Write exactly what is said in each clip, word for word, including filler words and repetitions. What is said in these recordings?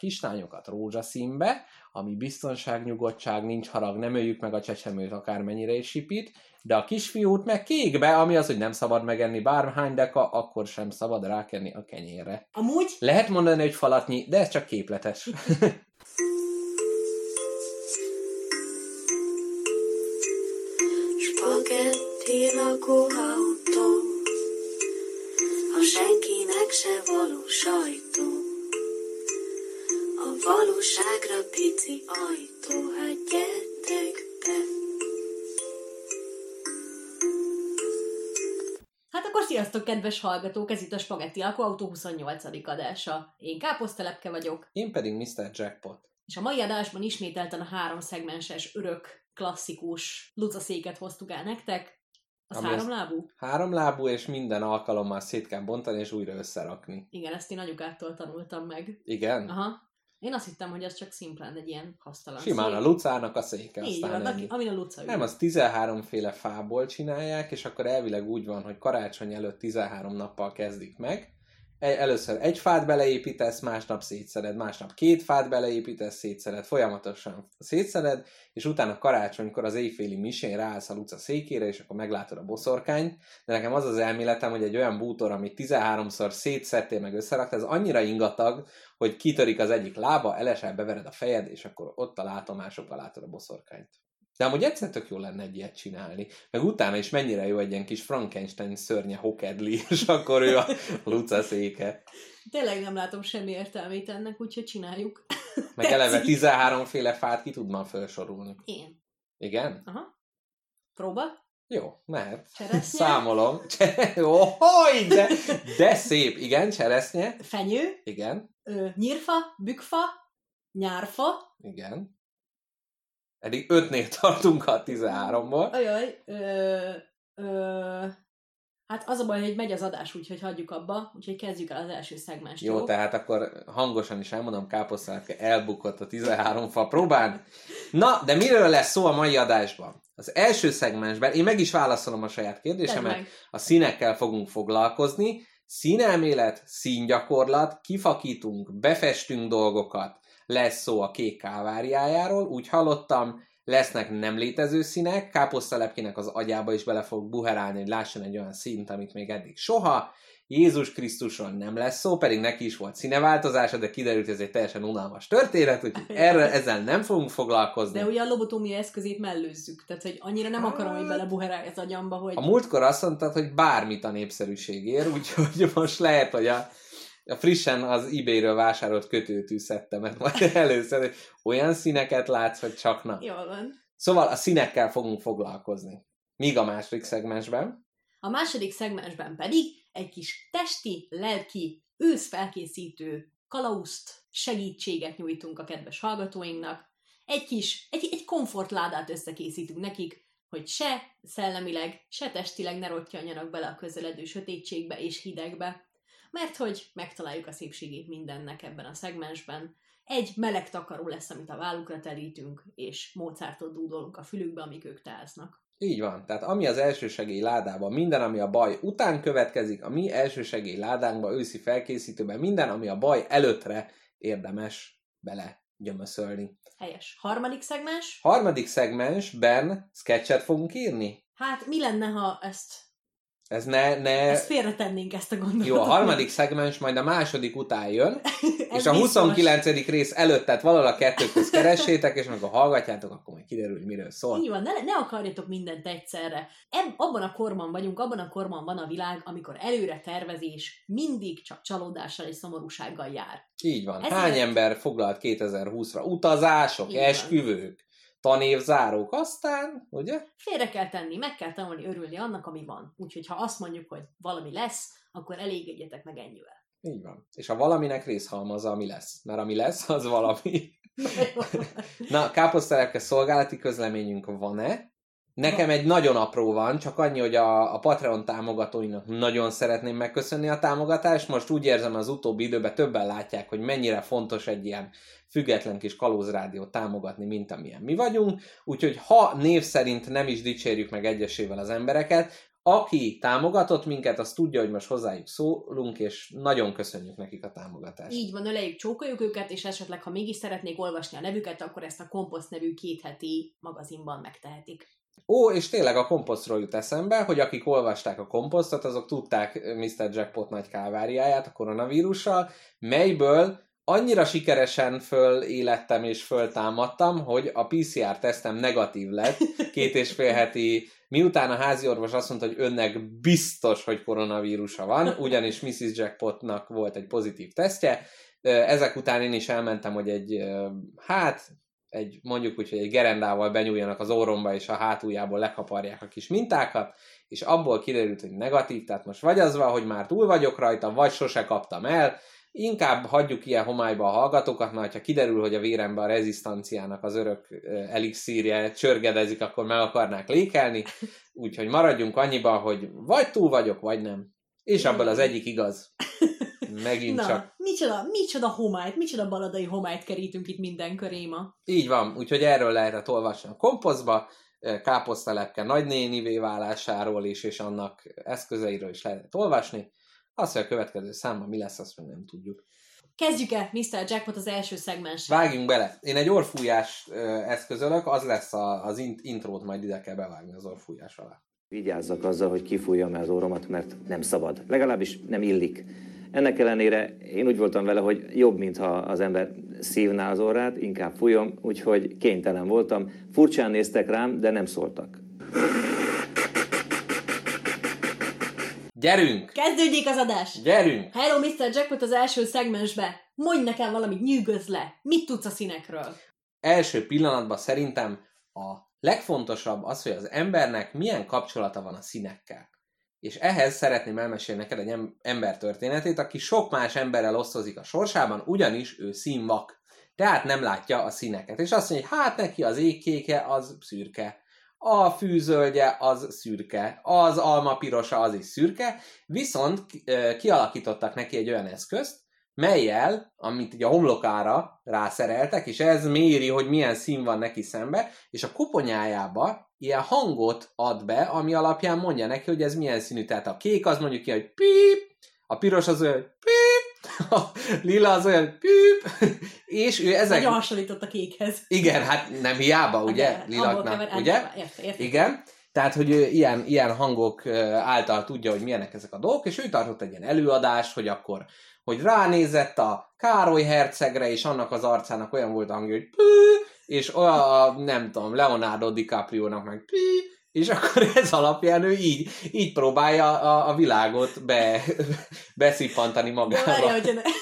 kislányokat rózsaszínbe, ami biztonság, nyugodtság, nincs harag, nem öljük meg a csecsemőt akármennyire is sipít, de a kisfiút meg kékbe, ami az, hogy nem szabad megenni bárhány deka, akkor sem szabad rákenni a kenyérre. Amúgy? Lehet mondani, hogy falatnyi, de ez csak képletes. Spagetti lakóautó, a senkinek se való sajtó, a valóságra pici ajtó, hát gyertek be. Hát akkor sziasztok, kedves hallgatók, ez itt a Spagetti lakóautó huszonnyolcadik adása. Én Káposztelepke vagyok. Én pedig miszter Jackpot. És a mai adásban ismételten a háromszegmenses, örök, klasszikus lucaszéket hoztuk el nektek. Az Ami háromlábú? Háromlábú, és minden alkalommal szét kell bontani, és újra összerakni. Igen, ezt én anyukától tanultam meg. Igen? Aha. Én azt hittem, hogy ez csak szimplán egy ilyen hasztalan Simán szék. a lucának a széke, Így aztán van, ennyi. amin a luca ül. Nem, az tizenhárom féle fából csinálják, és akkor elvileg úgy van, hogy karácsony előtt tizenhárom nappal kezdik meg. Először egy fát beleépítesz, másnap szétszeded, másnap két fát beleépítesz, szétszeded, folyamatosan szétszeded, és utána karácsonykor az éjféli misén ráállsz a luca székére, és akkor meglátod a boszorkányt. De nekem az az elméletem, hogy egy olyan bútor, amit tizenháromszor szétszedtél meg összeraktál, ez annyira ingatag, hogy kitörik az egyik lába, elesel, bevered a fejed, és akkor ott a látomásokkal látod a boszorkányt. De amúgy egyszer tök jó lenne egy ilyet csinálni. Meg utána is mennyire jó egy ilyen kis Frankenstein szörnye hokedli, és akkor ő a luca széke. Tényleg nem látom semmi értelmét ennek, úgyhogy csináljuk. Meg eleve tizenhárom féle fát ki tudnám felsorolni. Én. Igen? Aha. Próba? Jó, mehet. Cseresznye? Számolom. Ohoj, de, de szép. Igen, cseresznye. Fenyő? Igen. Ö, nyírfa? Bükfa? Nyárfa? Igen. Eddig ötnél tartunk a tizenháromból. Ajaj. Ö, ö, hát az a baj, hogy megy az adás, úgyhogy hagyjuk abba, úgyhogy kezdjük el az első szegmest. Jó, jó? Tehát akkor hangosan is elmondom, Káposztelepke elbukott a tizenhárom fa próbán. Na, de miről lesz szó a mai adásban? Az első szegmensben, én meg is válaszolom a saját kérdésemet, a színekkel fogunk foglalkozni. Színelmélet, színgyakorlat, kifakítunk, befestünk dolgokat, lesz szó a kék káváriájáról, úgy hallottam, lesznek nem létező színek, Káposztelepkének az agyába is bele fog buherálni, hogy lásson egy olyan színt, amit még eddig soha. Jézus Krisztusról nem lesz szó, pedig neki is volt színeváltozása, de kiderült, hogy ez egy teljesen unalmas történet, úgyhogy erre, ezzel nem fogunk foglalkozni. De ugye a lobotómia eszközét mellőzzük, tehát hogy annyira nem akarom, hogy belebuherálj az agyamba, hogy... A múltkor azt mondtad, hogy bármit a népszerűségért, úgyhogy most lehet, hogy a, a frissen az eBay-ről vásárolt kötőtű szettemet majd először, hogy olyan színeket látsz, hogy csak na. Jól van. Szóval a színekkel fogunk foglalkozni. Míg a második szegmensben. A második szegmensben pedig egy kis testi, lelki, őszfelkészítő kalauzt, segítséget nyújtunk a kedves hallgatóinknak. Egy kis, egy, egy komfortládát összekészítünk nekik, hogy se szellemileg, se testileg ne rottyanjanak bele a közeledő sötétségbe és hidegbe, mert hogy megtaláljuk a szépségét mindennek ebben a szegmensben. Egy meleg takaró lesz, amit a vállukra terítünk, és Mozartot dúdolunk a fülükbe, amíg ők táznak. Így van. Tehát ami az elsősegély ládában, minden, ami a baj után következik, a mi elsősegély ládánkban, őszi felkészítőben, minden, ami a baj előttre érdemes bele gyömöszölni. Helyes. Harmadik szegmens? Harmadik szegmensben sketchet fogunk írni? Hát mi lenne, ha ezt... Ez ne... ne... Ezt félretennénk, ezt a gondolatot. Jó, a harmadik szegmens majd a második után jön, és a biztos. huszonkilencedik rész előtt, tehát valahol a kettő közt keressétek, és amikor hallgatjátok, akkor majd kiderül, hogy miről szól. Így van, ne, ne akarjatok mindent egyszerre. Eb, abban a korban vagyunk, abban a korban van a világ, amikor előre tervezés mindig csak csalódással és szomorúsággal jár. Így van. Ezért... Hány ember foglalt kétezer-húszra? Utazások, Így esküvők, tanévzárók, aztán, ugye? Félre kell tenni, meg kell tanulni örülni annak, ami van. Úgyhogy ha azt mondjuk, hogy valami lesz, akkor elégedjetek meg ennyivel. Így van. És a valaminek részhalmaza, ami lesz. Mert ami lesz, az valami. Na, Káposztelepke szolgálati közleményünk van-e? Nekem egy nagyon apró van, csak annyi, hogy a, a Patreon támogatóinak nagyon szeretném megköszönni a támogatást. Most úgy érzem, az utóbbi időben többen látják, hogy mennyire fontos egy ilyen független kis kalózrádiót támogatni, mint amilyen mi vagyunk. Úgyhogy ha név szerint nem is dicsérjük meg egyesével az embereket, Aki támogatott minket, az tudja, hogy most hozzájuk szólunk, és nagyon köszönjük nekik a támogatást. Így van, öleljük, csókoljuk őket, és esetleg, ha mégis szeretnék olvasni a nevüket, akkor ezt a Komposzt nevű kétheti magazinban megtehetik. Ó, és tényleg a Komposztról jut eszembe, hogy akik olvasták a Komposztot, azok tudták miszter Jackpot nagy káváriáját a koronavírussal, melyből annyira sikeresen fölélettem és föltámadtam, hogy a pé cé er tesztem negatív lett két és fél heti, miután a háziorvos azt mondta, hogy önnek biztos, hogy koronavírusa van, ugyanis missziz Jackpotnak volt egy pozitív tesztje. Ezek után én is elmentem, hogy egy, hát, egy, mondjuk úgy, hogy egy gerendával benyúljanak az orromba, és a hátuljából lekaparják a kis mintákat, és abból kiderült, hogy negatív, tehát most vagy az van, hogy már túl vagyok rajta, vagy sose kaptam el. Inkább hagyjuk ilyen homályba a hallgatókat, mert ha kiderül, hogy a véremben a rezisztanciának az örök elixírje csörgedezik, akkor meg akarnák lékelni, úgyhogy maradjunk annyiban, hogy vagy túl vagyok, vagy nem. És abból az egyik igaz. Megint Na, csak. micsoda, micsoda homályt, micsoda baladai homályt kerítünk itt minden köré ma. Így van, úgyhogy erről lehetett olvasni a Komposztba, káposztalepke nagynénivé válásáról is, és annak eszközeiről is lehetett olvasni. Azt, hogy a következő számban mi lesz, azt még nem tudjuk. Kezdjük el miszter Jackpot az első szegmenssel. Vágjunk bele. Én egy orrfújást eszközölök, az lesz a, az intrót, majd ide kell bevágni az orrfújás alá. Vigyázzak azzal, hogy kifújjam el az orromat, mert nem szabad. Legalábbis nem illik. Ennek ellenére én úgy voltam vele, hogy jobb, mintha az ember szívná az orrát, inkább fújom, úgyhogy kénytelen voltam. Furcsán néztek rám, de nem szóltak. Gyerünk! Kezdődjék az adás! Gyerünk! Hello, miszter Jackpot az első szegmensbe. Mondj nekem valamit, nyűgözz le. Mit tudsz a színekről? Első pillanatban szerintem a legfontosabb az, hogy az embernek milyen kapcsolata van a színekkel. És ehhez szeretném elmesélni neked egy ember történetét, aki sok más emberrel osztozik a sorsában, ugyanis ő színvak. Tehát nem látja a színeket. És azt mondja, hogy hát neki az égkéke az szürke. A fűzöldje az szürke, az alma pirosa az is szürke, viszont kialakítottak neki egy olyan eszközt, mellyel, amit ugye a homlokára rászereltek, és ez méri, hogy milyen szín van neki szembe, és a koponyájába ilyen hangot ad be, ami alapján mondja neki, hogy ez milyen színű. Tehát a kék az mondjuk ki, hogy píp, a piros az olyan, hogy píp, a lila az olyan, píp, és ő ezek... Nagyon hasonlított a kékhez. Igen, hát nem hiába, ugye? Lilaknak, ugye? Érte, érte. Igen. Tehát, hogy ő ilyen, ilyen hangok által tudja, hogy milyenek ezek a dolgok, és ő tartott egy ilyen előadást, hogy akkor, hogy ránézett a Károly hercegre, és annak az arcának olyan volt a hangja, hogy pü, és olyan, nem tudom, Leonardo DiCaprio-nak meg pü, és akkor ez alapján ő így, így próbálja a, a világot be, beszippantani magába. Várja, hogy ne...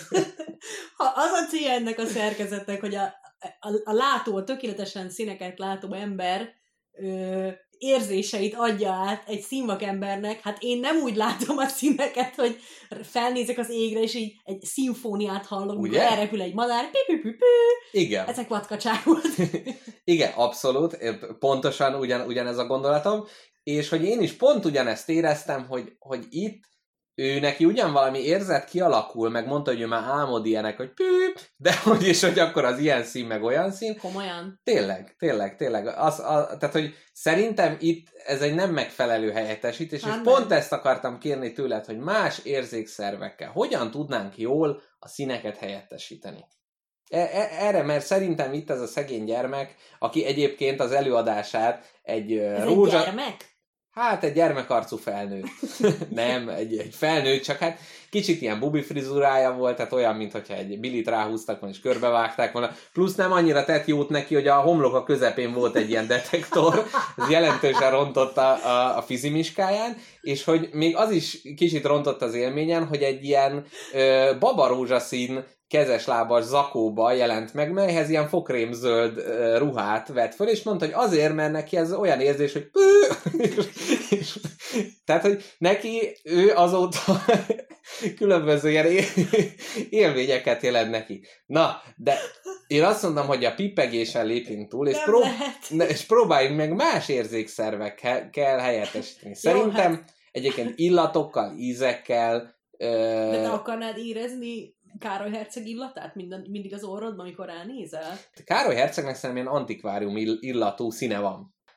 ha az a célja ennek a szerkezetnek, hogy a, a, a látó, a tökéletesen színeket látó ember ö, érzéseit adja át egy színvak embernek, hát én nem úgy látom a színeket, hogy felnézek az égre, és így egy szimfóniát hallom, hogy elrepül egy madár, pü-pü-pü-pü. Igen. Ezek vatkacsák volt. Igen, abszolút, pontosan ugyan, ugyanez a gondolatom, és hogy én is pont ugyanezt éreztem, hogy, hogy itt ő neki ugyan valami érzet kialakul, meg mondta, hogy ő már álmod ilyenek, hogy pü, de hogy is, hogy akkor az ilyen szín, meg olyan szín. Komolyan. Tényleg, tényleg, tényleg. Az, az, tehát, hogy szerintem itt ez egy nem megfelelő helyettesítés, hát és nem. Pont ezt akartam kérni tőled, hogy más érzékszervekkel hogyan tudnánk jól a színeket helyettesíteni. Erre, mert szerintem itt ez a szegény gyermek, aki egyébként az előadását egy ez rózsa... egy gyermek? Hát egy gyermekarcú felnőtt. Nem, egy, egy felnőtt, csak hát kicsit ilyen bubi frizurája volt, tehát olyan, mintha egy bilit ráhúztak volna, és körbevágták volna. Plusz nem annyira tett jót neki, hogy a homloka közepén volt egy ilyen detektor, ez jelentősen rontotta a, a fizimiskáján, és hogy még az is kicsit rontott az élményen, hogy egy ilyen ö, babarózsaszín kezeslábas zakóba jelent meg, melyhez ilyen fokrémzöld uh, ruhát vett föl, és mondta, hogy azért, mert neki ez olyan érzés, hogy és, és, tehát, hogy neki ő azóta különböző ilyen élményeket jelent neki. Na, de én azt mondom, hogy a pippegésen lépjünk túl, és, prób- ne, és próbáljunk meg más érzékszervekkel kell helyettesíteni. Szerintem jó, hát... egyébként illatokkal, ízekkel. Uh, de te akarnád érezni Károly herceg illatát minden, mindig az orrodban, amikor ránézel? Károly hercegnek szerintem ilyen antikvárium illatú színe van.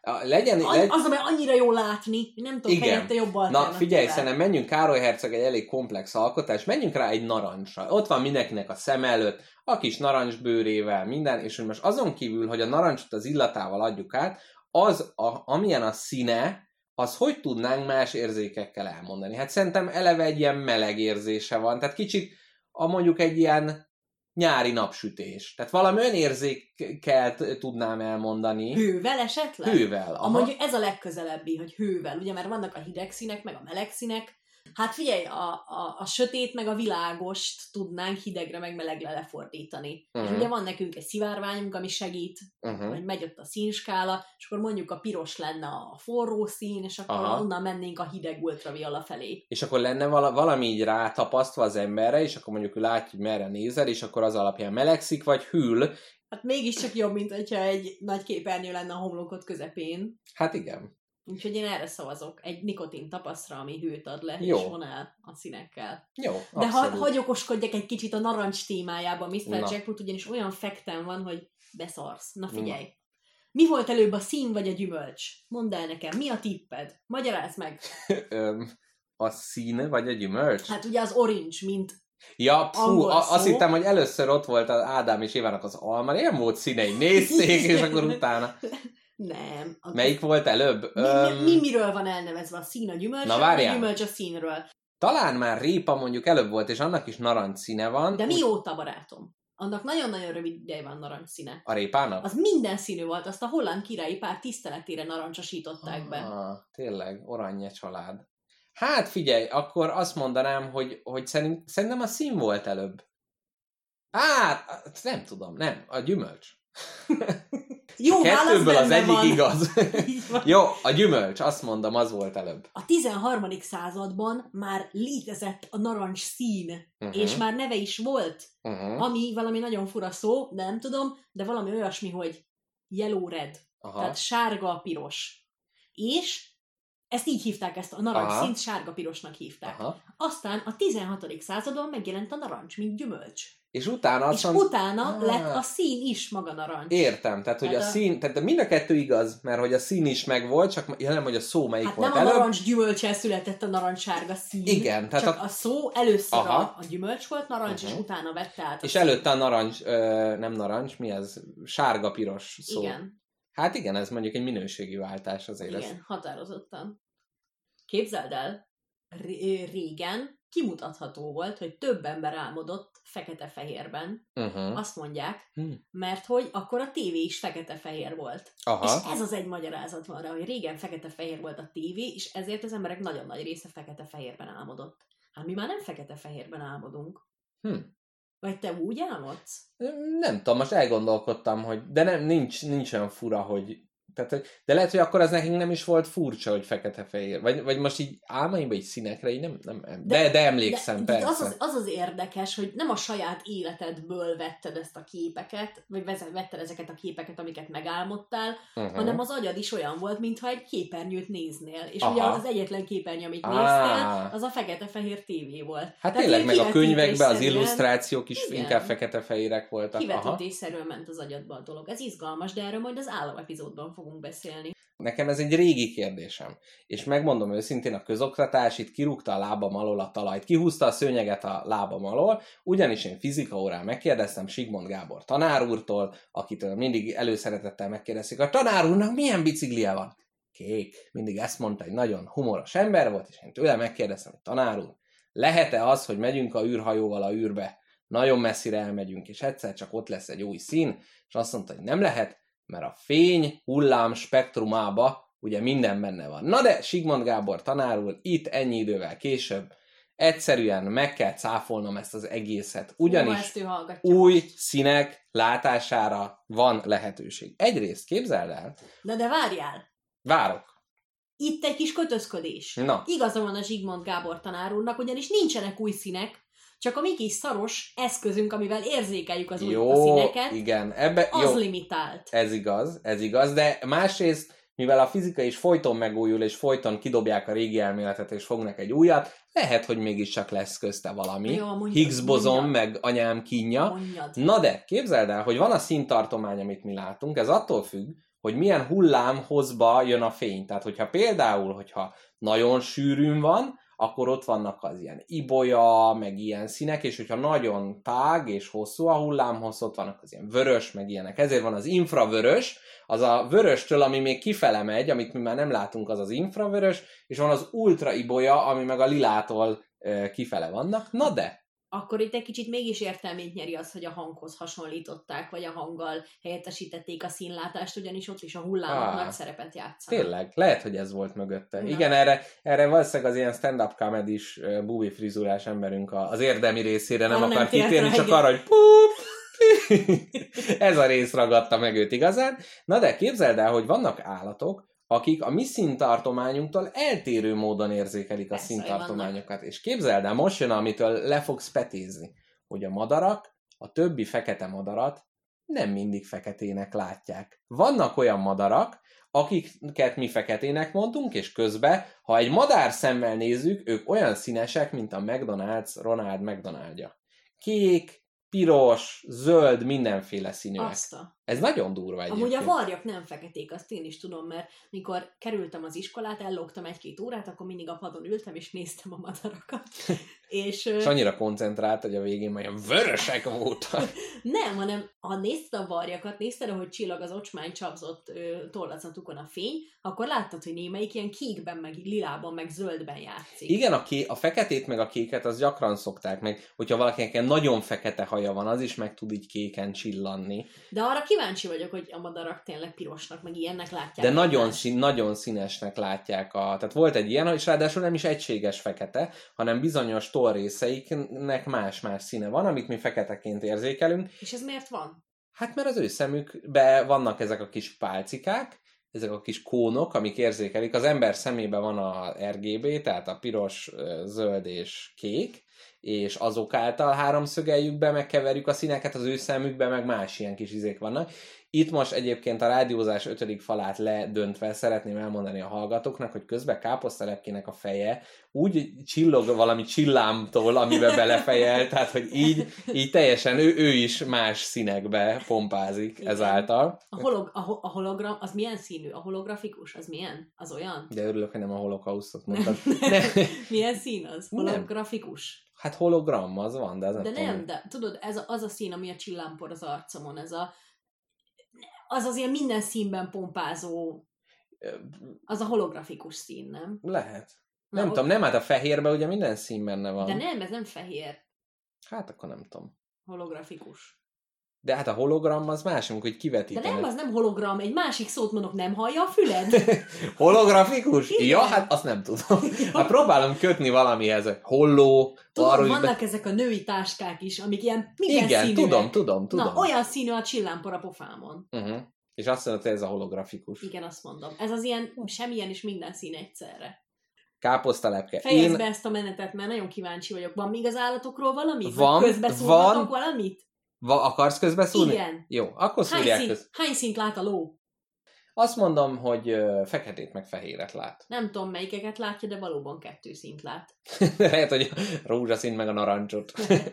Legyen, Az, legy... az, amely annyira jól látni, nem tudom, helyette jobb alternatívát. Na figyelj, szerintem menjünk, Károly herceg egy elég komplex alkotás, menjünk rá egy narancsra. Ott van mindenkinek a szem előtt, a kis narancsbőrével, minden, és hogy most azon kívül, hogy a narancsot az illatával adjuk át, az, a, amilyen a színe, az hogy tudnánk más érzékekkel elmondani? Hát szerintem eleve egy ilyen meleg érzése van, tehát kicsit a mondjuk egy ilyen nyári napsütés. Tehát valami olyan érzékkel tudnám elmondani. Hővel esetleg? Hővel, aha. A mondjuk ez a legközelebbi, hogy hővel, ugye, mert vannak a hideg színek, meg a meleg színek. Hát figyelj, a, a, a sötét meg a világost tudnánk hidegre meg melegre lefordítani. Uh-huh. És ugye van nekünk egy szivárványunk, ami segít, uh-huh. hogy megy ott a színskála, és akkor mondjuk a piros lenne a forró szín, és akkor aha. onnan mennénk a hideg ultraviola felé. És akkor lenne vala, valami így rátapasztva az emberre, és akkor mondjuk ő látja, hogy merre nézel, és akkor az alapján melegszik, vagy hűl. Hát mégiscsak jobb, mint hogyha egy nagy képernyő lenne a homlokot közepén. Hát igen. Úgyhogy én erre szavazok. Egy nikotin tapasztra, ami hőt ad le, jó. És von el a színekkel. Jó, de ha, hagy okoskodjak egy kicsit a narancs témájában, miszter Na. Jackpot, ugyanis olyan fekten van, hogy beszarsz. Na figyelj! Na. Mi volt előbb, a szín vagy a gyümölcs? Mondd el nekem, mi a tipped? Magyarázd meg! A szín vagy a gyümölcs? Hát ugye az orange, mint ja, fú, a, azt hittem, hogy először ott volt az Ádám és Évának az alma, nem volt színei, nézték, és akkor utána... Nem. A... Melyik volt előbb? Mi, Öm... mi, mi miről van elnevezve? A szín a gyümölcsről, vagy a gyümölcs a színről? Talán már répa mondjuk előbb volt, és annak is narancs színe van. De mióta, barátom? Annak nagyon-nagyon rövid ideje van narancs színe. A répának? Az minden színű volt, azt a holland királyi pár tiszteletére narancsosították ah, be. Tényleg, oranje család. Hát figyelj, akkor azt mondanám, hogy, hogy szerint, szerintem a szín volt előbb. Á, nem tudom, nem, a gyümölcs. Jó, kettőből az egyik van. Igaz. Jó, a gyümölcs, azt mondom, az volt előbb. A tizenharmadik században már létezett a narancs szín, uh-huh. és már neve is volt, uh-huh. ami valami nagyon fura szó, de nem tudom, de valami olyasmi, hogy yellow red, aha. tehát sárga-piros. És ezt így hívták, ezt a narancs aha. színt sárga-pirosnak hívták. Aha. Aztán a tizenhatodik századon megjelent a narancs, mint gyümölcs. És utána, és mond... utána ah. lett a szín is maga narancs. Értem, tehát hogy tehát a, a szín, tehát mind a kettő igaz, mert hogy a szín is megvolt, csak nem, hogy a szó melyik hát volt nem előbb. a narancs gyümölcsel született a narancssárga szín. Igen. Tehát csak a... a szó először a, a gyümölcs volt narancs, uh-huh. és utána vette át a És szín. előtte a narancs, ö, nem narancs, mi ez? Sárga-piros szó. Igen. Hát igen, ez mondjuk egy minőségi váltás azért. Igen, ez... határozottan. Képzeld el, régen kimutatható volt, hogy több ember álmodott fekete-fehérben. Uh-huh. Azt mondják, hmm. mert hogy akkor a tévé is fekete-fehér volt. Aha. És ez az egy magyarázat van rá, hogy régen fekete-fehér volt a tévé, és ezért az emberek nagyon nagy része fekete-fehérben álmodott. Hát mi már nem fekete-fehérben álmodunk. Hmm. Vagy te úgy álmodsz? Nem tudom, most elgondolkodtam, hogy de nem, nincs, nincs olyan fura, hogy tehát, de lehet, hogy akkor az nekünk nem is volt furcsa, hogy fekete-fehér. Vagy, vagy most így álmaimban így színekre, így nem, nem de, de, de emlékszem, de, persze. Az az, az az érdekes, hogy nem a saját életedből vetted ezt a képeket, vagy vetted ezeket a képeket, amiket megálmodtál, uh-huh. hanem az agyad is olyan volt, mintha egy képernyőt néznél. És aha. ugye az egyetlen képernyő, amit ah. néztél, az a fekete-fehér tévé volt. Hát tehát tényleg, meg a könyvekben az illusztrációk is igen. inkább fekete-fehérek voltak. Kivetítésszerűen ment az agyadba a dolog. Ez izgalmas, de erről majd az állam epizódban fogunk beszélni. Nekem ez egy régi kérdésem, és megmondom őszintén, a közoktatás itt kirúgta a lábam alól a talajt, kihúzta a szőnyeget a lábam alól, ugyanis én fizika órán megkérdeztem Sigmond Gábor tanár úrtól, akitől mindig előszeretettel megkérdezik, a tanár úrnak milyen biciklije van? Kék. Mindig ezt mondta, egy nagyon humoros ember volt, és én tőle megkérdeztem, hogy tanár úr, lehet-e az, hogy megyünk a űrhajóval a űrbe, nagyon messzire elmegyünk, és egyszer csak ott lesz egy új szín, és azt mondta, hogy nem lehet, mert a fény hullám spektrumába ugye minden benne van. Na de Sigmond Gábor tanár úr, itt ennyi idővel később egyszerűen meg kell cáfolnom ezt az egészet, ugyanis Ó, új színek látására van lehetőség. Egyrészt képzeld el. Na de várjál! Várok. Itt egy kis kötözködés. Na. Igaza van a Sigmond Gábor tanár úrnak, ugyanis nincsenek új színek, csak a mi kis szaros eszközünk, amivel érzékeljük az új a színeket, igen, ebbe, az jó, limitált. Ez igaz, ez igaz, de másrészt, mivel a fizika is folyton megújul, és folyton kidobják a régi elméletet, és fognak egy újat, lehet, hogy mégiscsak lesz közte valami. Jó, mondjad, Higgs bozon, mondjad. meg anyám kínja. Mondjad. Na de, képzeld el, hogy van a színtartomány, amit mi látunk, ez attól függ, hogy milyen hullámhozba jön a fény. Tehát, hogyha például, hogyha nagyon sűrűn van, akkor ott vannak az ilyen ibolya, meg ilyen színek, és hogyha nagyon tág és hosszú a hullámhoz, ott vannak az ilyen vörös, meg ilyenek. Ezért van az infravörös, az a vöröstől, ami még kifele megy, amit mi már nem látunk, az az infravörös, és van az ultra ibolya, ami meg a lilától e, kifele vannak. Na de! Akkor itt egy kicsit mégis értelmét nyeri az, hogy a hanghoz hasonlították, vagy a hanggal helyettesítették a színlátást, ugyanis ott is a hullámok ah, nagy szerepet játszanak. Tényleg, lehet, hogy ez volt mögötte. Na. Igen, erre, erre valószínűleg az ilyen stand-up comedy-s uh, bubi frizurás emberünk a, az érdemi részére nem ah, akar nem kitérni, csak igen. arra, hogy pup! Ez a rész ragadta meg őt igazán. Na de képzeld el, hogy vannak állatok, akik a mi színtartományunktól eltérő módon érzékelik a Persze, színtartományokat. És képzeld el, most jön, amitől le fogsz petézni, hogy a madarak, a többi fekete madarat nem mindig feketének látják. Vannak olyan madarak, akiket mi feketének mondunk, és közben, ha egy madár szemmel nézzük, ők olyan színesek, mint a McDonald's Ronald McDonaldja. Kék, piros, zöld, mindenféle színűek. Azt a... Ez nagyon durva egyébként. Amúgy a varjak nem feketék, azt én is tudom, mert mikor kerültem az iskolát, ellógtam egy-két órát, akkor mindig a padon ültem, és néztem a madarakat. és, és annyira koncentrált, hogy a végén már ilyen vörösek voltak. Nem, hanem ha nézted a varjakat, nézted, ahogy csillag az ocsmány csapzott ö, tollazatukon a fény, akkor láttad, hogy némelyik ilyen kékben, meg lilában, meg zöldben játszik. Igen, a, ké- a feketét meg a kéket az gyakran szokták meg, hogyha valakinek ilyen nagyon fekete haja van, az is meg tud így kéken csillanni. De arra kíváncsi vagyok, hogy a madarak tényleg pirosnak, meg ilyennek látják. De nagyon, szín, nagyon színesnek látják. A, tehát volt egy ilyen, és ráadásul nem is egységes fekete, hanem bizonyos tollrészeiknek más-más színe van, amit mi feketeként érzékelünk. És ez miért van? Hát mert az ő szemükben vannak ezek a kis pálcikák, ezek a kis kónok, amik érzékelik. Az ember szemében van a er gé bé, tehát a piros, zöld és kék, és azok által háromszögeljük be, megkeverjük a színeket, az ő szemükben meg más ilyen kis izék vannak. Itt most egyébként a rádiózás ötödik falát ledöntve szeretném elmondani a hallgatóknak, hogy közben káposztalepkének a feje úgy csillog valami csillámtól, amiben belefejel, tehát hogy így, így teljesen ő, ő is más színekbe pompázik. Igen. Ezáltal. A, holog, a, ho, a hologram, az milyen színű? A holografikus, az milyen? Az olyan? De örülök, hogy nem a holokausztot mondtad. Milyen szín az? Holografikus? Hát hologram az van, de ez nem De tudom. nem, de tudod, ez a, az a szín, ami a csillámpor az arcomon, ez a az az ilyen minden színben pompázó, az a holografikus szín, nem? Lehet. Na, nem ho- tudom, nem, hát a fehérben ugye minden szín benne van. De nem, ez nem fehér. Hát akkor nem tudom. Holografikus. De hát a hologram az más, amikor hogy De kivetítenek. nem, az nem hologram, egy másik szót mondok, nem hallja a füled? Holografikus? Igen. Ja, hát azt nem tudom. Hát próbálom kötni valamihez, holló, Tudod, arról is vannak be... ezek a női táskák is, amik ilyen minden Igen, színűek. tudom, tudom, tudom. Na, olyan színű a csillámpor a pofámon. Uh-huh. És azt mondod, hogy ez a holografikus. Igen, azt mondom. Ez az ilyen, semmilyen és minden szín egyszerre. Káposztalepke. Fejezd Én... be ezt a menetet, mert nagyon kíváncsi vagyok. Van még az állatokról valami? Van, Közbeszólhatok van. valamit? Va, akarsz közbeszólni? Igen. Jó, akkor Hány, szúrják szín, köz. hány színt lát a ló? Azt mondom, hogy ö, feketét meg fehéret lát. Nem tudom, melyikeket látja, de valóban kettő színt lát. Lehet, hogy a rózsaszín meg a narancsot.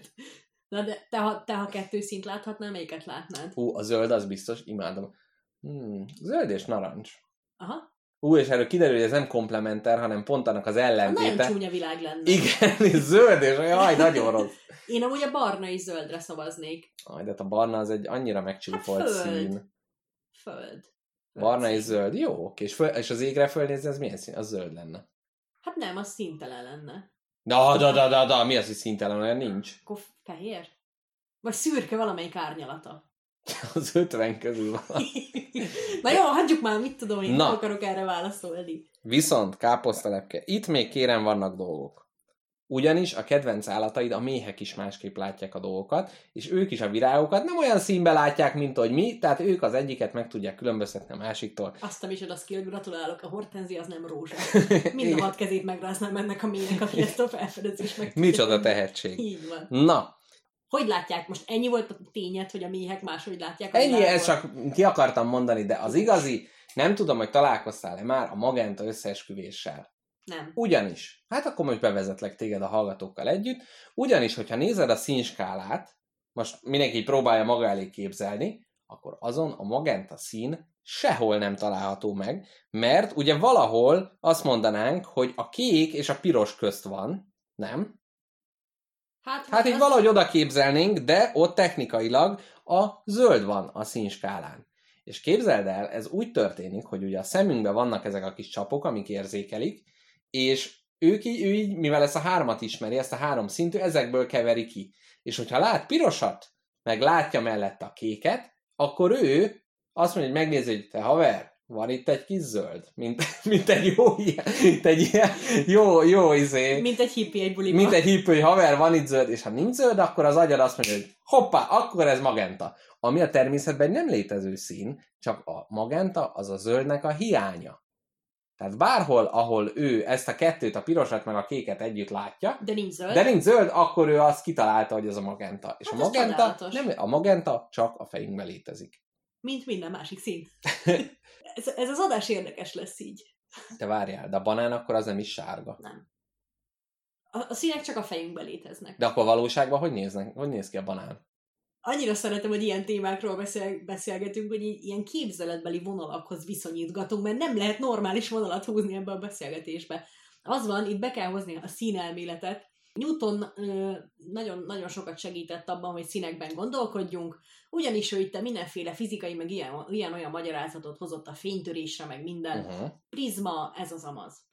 Na de te ha, te, ha kettő színt láthatnál, melyiket látnád? Hú, a zöld az biztos, imádom. Hmm, zöld és narancs. Aha. Hú, és erről kiderül, hogy ez nem komplementer, hanem pont annak az A nagyon ellentéte. csúnya világ lenne. Igen, és zöld, és jaj, nagyon rossz. Én amúgy a barna és zöldre szavaznék. Aj, de hát a barna az egy annyira megcsúfolt Hát föld. szín. Föld. Barna Föld és szín. zöld, jó, oké. És, föl, és az égre fölnézni, az milyen szín? Az zöld lenne. Hát nem, az színtelen lenne. Da, da, da, da, da, mi az, hogy színtelen, olyan nincs. Akkor fehér? Vagy szürke valamelyik árnyalata. Az ötven közül van. Na jó, hagyjuk már, mit tudom, én Na. nem akarok erre válaszolni. Viszont, káposztalepke, itt még kérem vannak dolgok. Ugyanis a kedvenc állataid, a méhek is másképp látják a dolgokat, és ők is a virágokat nem olyan színben látják, mint hogy mi, tehát ők az egyiket meg tudják különböztetni a másiktól. Azt a micsoda skill, gratulálok, a hortenzia az nem rózsa. Mind Igen. a hat kezét megráznám ennek a mélynek, aki ezt a felfedezést meg tudja Micsoda tenni. tehetség. Így van. Na, Hogy látják? Most ennyi volt a tényed, hogy a méhek máshogy látják a ennyi, világot? ezt csak ki akartam mondani, de az igazi, nem tudom, hogy találkoztál-e már a magenta összeesküvéssel. Nem. Ugyanis, hát akkor most bevezetlek téged a hallgatókkal együtt, ugyanis, hogyha nézed a színskálát, most mindenki próbálja maga elé képzelni, akkor azon a magenta szín sehol nem található meg, mert ugye valahol azt mondanánk, hogy a kék és a piros közt van, nem? Hát, Hát így az... valahogy oda képzelnénk, de ott technikailag a zöld van a színskálán. És képzeld el, ez úgy történik, hogy ugye a szemünkben vannak ezek a kis csapok, amik érzékelik, és ők így, ő így, mivel ezt a hármat ismeri, ezt a három szintű, ezekből keveri ki. És hogyha lát pirosat, meg látja mellette a kéket, akkor ő azt mondja, hogy megnézi, hogy te haver, van itt egy kis zöld, mint, mint egy jó, mint egy ilyen jó, jó izé. Mint egy hippi egy buliba. Mint egy hippi, hogy haver, van itt zöld, és ha nincs zöld, akkor az agyad azt mondja, hogy hoppá, akkor ez magenta. Ami a természetben nem létező szín, csak a magenta az a zöldnek a hiánya. Tehát bárhol, ahol ő ezt a kettőt, a pirosat meg a kéket együtt látja, de nincs zöld, de nincs zöld, akkor ő azt kitalálta, hogy ez a magenta. És hát a magenta, nem, a magenta csak a fejünkben létezik. Mint minden másik szín. ez, ez az adás érdekes lesz így. Te várjál, de a banán akkor az nem is sárga. Nem. A, a színek csak a fejünkben léteznek. De akkor valóságban hogy néznek? Hogy néz ki a banán? Annyira szeretem, hogy ilyen témákról beszél, beszélgetünk, hogy így, ilyen képzeletbeli vonalakhoz viszonyítgatunk, mert nem lehet normális vonalat húzni ebbe a beszélgetésbe. Az van, itt be kell hozni a színelméletet. Newton ö, nagyon, nagyon sokat segített abban, hogy színekben gondolkodjunk, ugyanis ő itt mindenféle fizikai, meg ilyen, ilyen-olyan magyarázatot hozott a fénytörésre, meg minden. Uh-huh. Prizma, ez az amaz.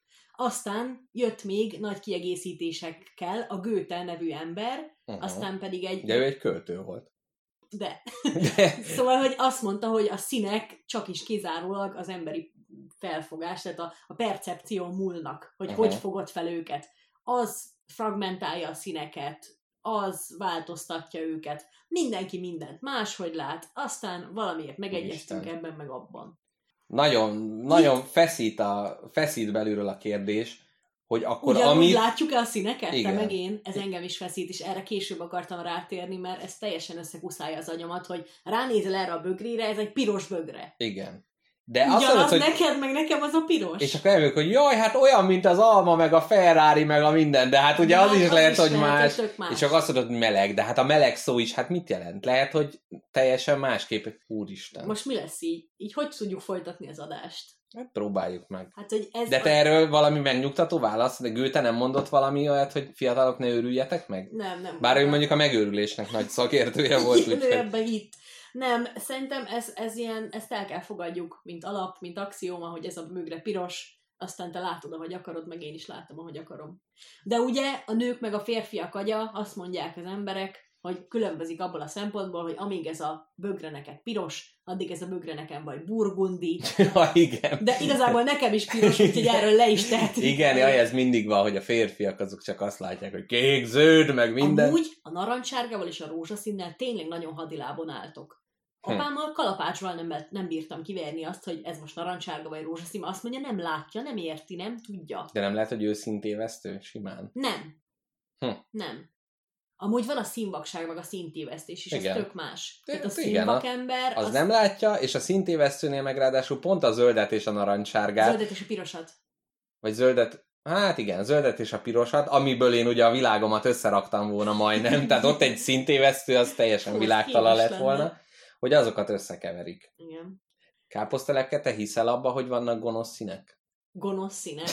Aztán jött még nagy kiegészítésekkel a Goethe nevű ember, uh-huh. aztán pedig egy... De ő egy költő volt. De. De. Szóval, hogy azt mondta, hogy a színek csak is kizárólag az emberi felfogás, tehát a, a percepció múlnak, hogy uh-huh. hogy fogod fel őket. Az fragmentálja a színeket, az változtatja őket. Mindenki mindent máshogy lát, aztán valamiért megegyeztünk Isten. Ebben meg abban. Nagyon, nagyon feszít, a, feszít belülről a kérdés, hogy akkor ugyanúgy amit... látjuk-e a színeket? Igen. Te meg én? Ez engem is feszít, és erre később akartam rátérni, mert ez teljesen összekuszálja az agyamat, hogy ránézel erre a bögrére, ez egy piros bögre. Igen. De ugyanaz azt mondod, hogy... neked, meg nekem az a piros. És akkor elmondjuk, hogy jaj, hát olyan, mint az alma, meg a Ferrari, meg a minden, de hát ugye de az is az lehet, is hogy lehet, más, hogy más. és csak azt mondod, hogy meleg, de hát a meleg szó is, hát mit jelent? Lehet, hogy teljesen másképp, úristen. Most mi lesz így? Így hogy tudjuk folytatni az adást? Hát próbáljuk meg. Hát, hogy ez de te a... erről valami megnyugtató válasz? De Goethe nem mondott valami olyat, hogy fiatalok ne őrüljetek meg? Nem, nem. Bár ő mondjuk a megőrülésnek nagy szakértője volt. Igen, úgyhogy... ő ebben hitt. Nem, szerintem ez, ez ilyen, ezt el kell fogadjuk, mint alap, mint axióma, hogy ez a bögre piros, aztán te látod, ahogy akarod, meg én is látom, ahogy akarom. De ugye a nők meg a férfiak agya, azt mondják az emberek, hogy különbözik abból a szempontból, hogy amíg ez a bögre neked piros, addig ez a bögre nekem vagy burgundi. Ja, igen. De igazából nekem is piros, úgyhogy erről le is tehetünk. Igen, jaj, ez mindig van, hogy a férfiak azok csak azt látják, hogy kék, zöld, meg minden. Amúgy a narancssárgával és a rózsaszínnel tényleg nagyon hadilábon álltok. Apámmal kalapácsval nem, nem bírtam kiverni azt, hogy ez most narancssárga vagy rózsaszín, azt mondja, nem látja, nem érti, nem tudja. De nem lehet, hogy őszintévesztő? Simán. Nem. Hm. Nem. Amúgy van a színvakság, meg a színtévesztés is, igen. Ez tök más. De, Tehát a színvakember... Az, az nem látja, és a színtévesztőnél meg ráadásul pont a zöldet és a narancssárgát. Zöldet és a pirosat. Vagy zöldet... Hát igen, zöldet és a pirosat, amiből én ugye a világomat összeraktam volna majdnem. Tehát ott egy színtévesztő, az teljesen Hú, világtalan lett lenne. volna. Hogy azokat összekeverik. Igen. Káposztelepke, te hiszel abba, hogy vannak gonosz színek? Gonosz színek?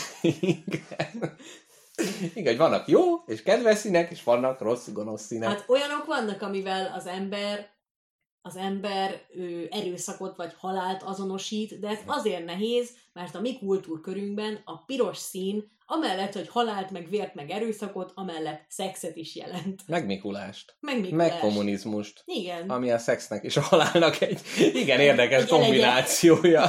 Igen. Igen, hogy vannak jó és kedves színek, és vannak rossz, gonosz színek. Hát olyanok vannak, amivel az ember az ember ő, erőszakot vagy halált azonosít, de ez azért nehéz, mert a mi kultúrkörünkben a piros szín amellett, hogy halált, meg vért, meg erőszakot, amellett szexet is jelent. Meg Mikulást. Meg Mikulást. Meg kommunizmust. Igen. Ami a szexnek és a halálnak egy igen érdekes egy kombinációja.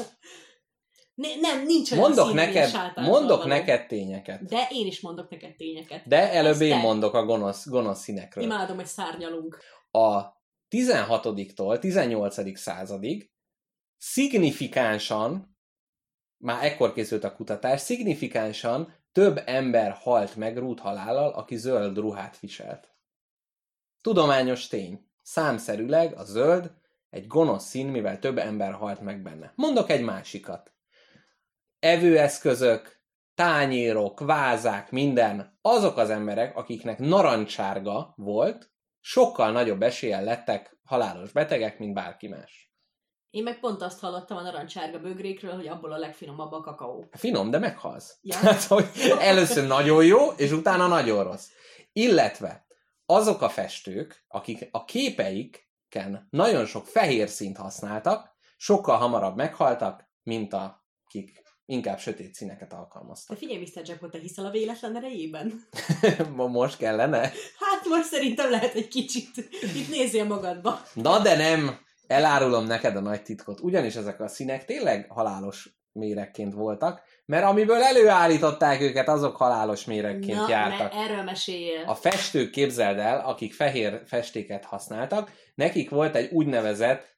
Ne, nem, nincs olyan mondok szín, neked, mondok neked tényeket. De én is mondok neked tényeket. De előbb én mondok a gonosz, gonosz színekről. Imádom, hogy szárnyalunk. A tizenhatodiktól tizennyolcadik századig szignifikánsan, már ekkor készült a kutatás, szignifikánsan több ember halt meg rúdhalállal, aki zöld ruhát viselt. Tudományos tény. Számszerűleg a zöld egy gonosz szín, mivel több ember halt meg benne. Mondok egy másikat. Evőeszközök, tányérok, vázák, minden, azok az emberek, akiknek narancsárga volt, sokkal nagyobb eséllyel lettek halálos betegek, mint bárki más. Én meg pont azt hallottam a narancsárga bögrékről, hogy abból a legfinomabb a kakaó. Finom, de meghalsz. Ja. Tehát, hogy először nagyon jó, és utána nagyon rossz. Illetve azok a festők, akik a képeiken nagyon sok fehér színt használtak, sokkal hamarabb meghaltak, mint akik inkább sötét színeket De alkalmaztak. figyelj, miszter Jackpot, te hiszel a véletlen erejében? Most kellene? Hát most szerintem lehet egy kicsit. Itt nézzél magadba. Na de nem! Elárulom neked a nagy titkot. Ugyanis ezek a színek tényleg halálos méregként voltak, mert amiből előállították őket, azok halálos méregként Na, jártak. ne, erről meséljél. A festők, képzeld el, akik fehér festéket használtak, nekik volt egy úgynevezett